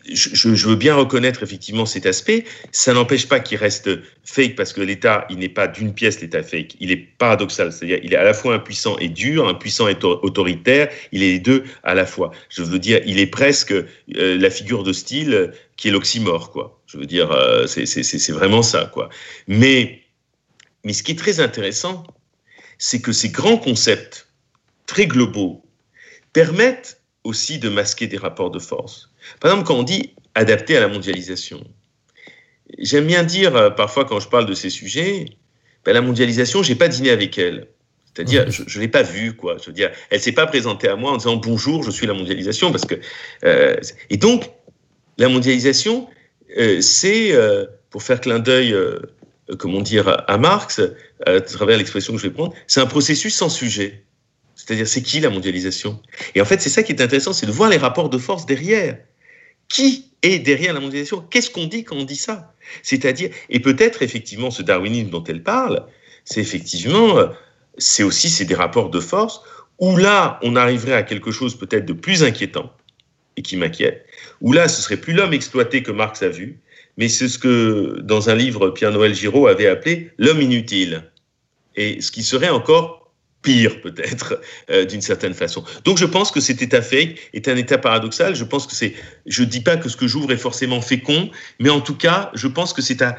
je veux bien reconnaître effectivement cet aspect. Ça n'empêche pas qu'il reste fake, parce que l'État, il n'est pas d'une pièce, l'État fake. Il est paradoxal, c'est-à-dire il est à la fois impuissant et dur, impuissant et autoritaire. Il est les deux à la fois. Je veux dire, il est presque la figure de style qui est l'oxymore, quoi. Je veux dire, c'est vraiment ça, quoi. Mais ce qui est très intéressant, c'est que ces grands concepts très globaux permettent aussi de masquer des rapports de force. Par exemple, quand on dit « adapté à la mondialisation », j'aime bien dire, parfois quand je parle de ces sujets, la mondialisation, je n'ai pas dîné avec elle. C'est-à-dire, je ne l'ai pas vue, quoi. Je veux dire, elle ne s'est pas présentée à moi en disant « bonjour, je suis la mondialisation », parce que... et donc, la mondialisation, c'est, pour faire clin d'œil, comment dire, à Marx, à travers l'expression que je vais prendre, c'est un processus sans sujet. C'est-à-dire, c'est qui la mondialisation ? Et en fait, c'est ça qui est intéressant, c'est de voir les rapports de force derrière. Qui est derrière la mondialisation ? Qu'est-ce qu'on dit quand on dit ça ? C'est-à-dire, et peut-être effectivement ce darwinisme dont elle parle, c'est effectivement, c'est des rapports de force où là, on arriverait à quelque chose peut-être de plus inquiétant et qui m'inquiète, où là, ce serait plus l'homme exploité que Marx a vu, mais c'est ce que, dans un livre, Pierre-Noël Giraud avait appelé l'homme inutile. Et ce qui serait encore pire, peut-être, d'une certaine façon. Donc, je pense que cet état fake est un état paradoxal. Je pense que je dis pas que ce que j'ouvre est forcément fécond, mais en tout cas, je pense que c'est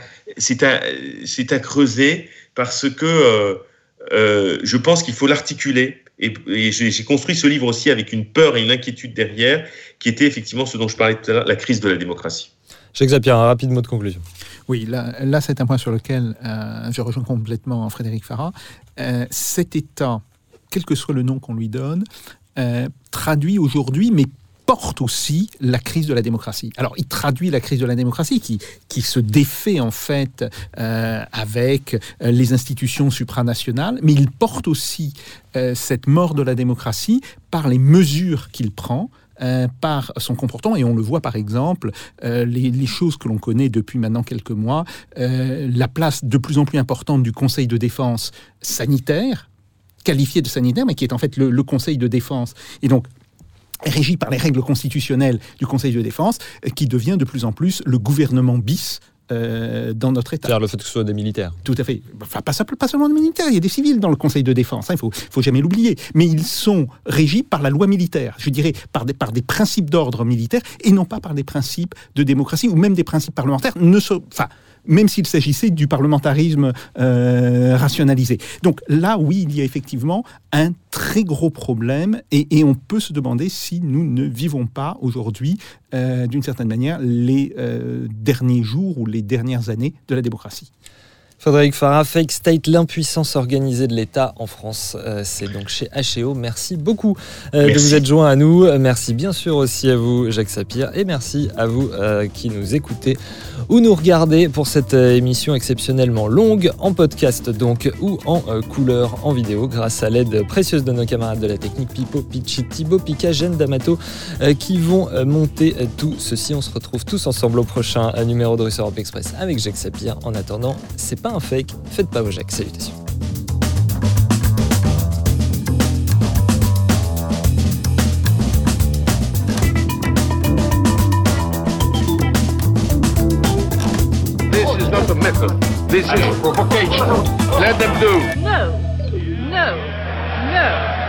à creuser, parce que je pense qu'il faut l'articuler. Et j'ai construit ce livre aussi avec une peur et une inquiétude derrière, qui était effectivement ce dont je parlais tout à l'heure, la crise de la démocratie. Jacques Sapir, un rapide mot de conclusion. Oui, là c'est un point sur lequel je rejoins complètement Frédéric Farah. Cet État, quel que soit le nom qu'on lui donne, traduit aujourd'hui, mais porte aussi la crise de la démocratie. Alors, il traduit la crise de la démocratie qui se défait en fait avec les institutions supranationales, mais il porte aussi cette mort de la démocratie par les mesures qu'il prend, par son comportement, et on le voit par exemple, les choses que l'on connaît depuis maintenant quelques mois, la place de plus en plus importante du Conseil de défense sanitaire, qualifié de sanitaire, mais qui est en fait le Conseil de défense, et donc régi par les règles constitutionnelles du Conseil de défense, qui devient de plus en plus le gouvernement bis dans notre État. C'est-à-dire le fait que ce soit des militaires. Tout à fait. Enfin, pas seulement des militaires, il y a des civils dans le Conseil de défense, il faut jamais l'oublier. Mais ils sont régis par la loi militaire, je dirais par des principes d'ordre militaire, et non pas par des principes de démocratie, ou même des principes parlementaires, même s'il s'agissait du parlementarisme rationalisé. Donc là, oui, il y a effectivement un très gros problème, et on peut se demander si nous ne vivons pas aujourd'hui, d'une certaine manière, les derniers jours ou les dernières années de la démocratie. Frédéric Farah, Fake State, l'impuissance organisée de l'État en France. C'est donc chez H&O. Merci beaucoup de vous être joints à nous. Merci bien sûr aussi à vous, Jacques Sapir. Et merci à vous qui nous écoutez ou nous regardez pour cette émission exceptionnellement longue, en podcast donc, ou en couleur, en vidéo, grâce à l'aide précieuse de nos camarades de la technique, Pipo, Pichi, Thibaut, Pika, Jeanne D'Amato, qui vont monter tout ceci. On se retrouve tous ensemble au prochain numéro de Russe Europe Express avec Jacques Sapir. En attendant, c'est pas un fake, faites pas vos Jacques. Salutations. This is not a method. This is provocation. Let them do. No, no, no.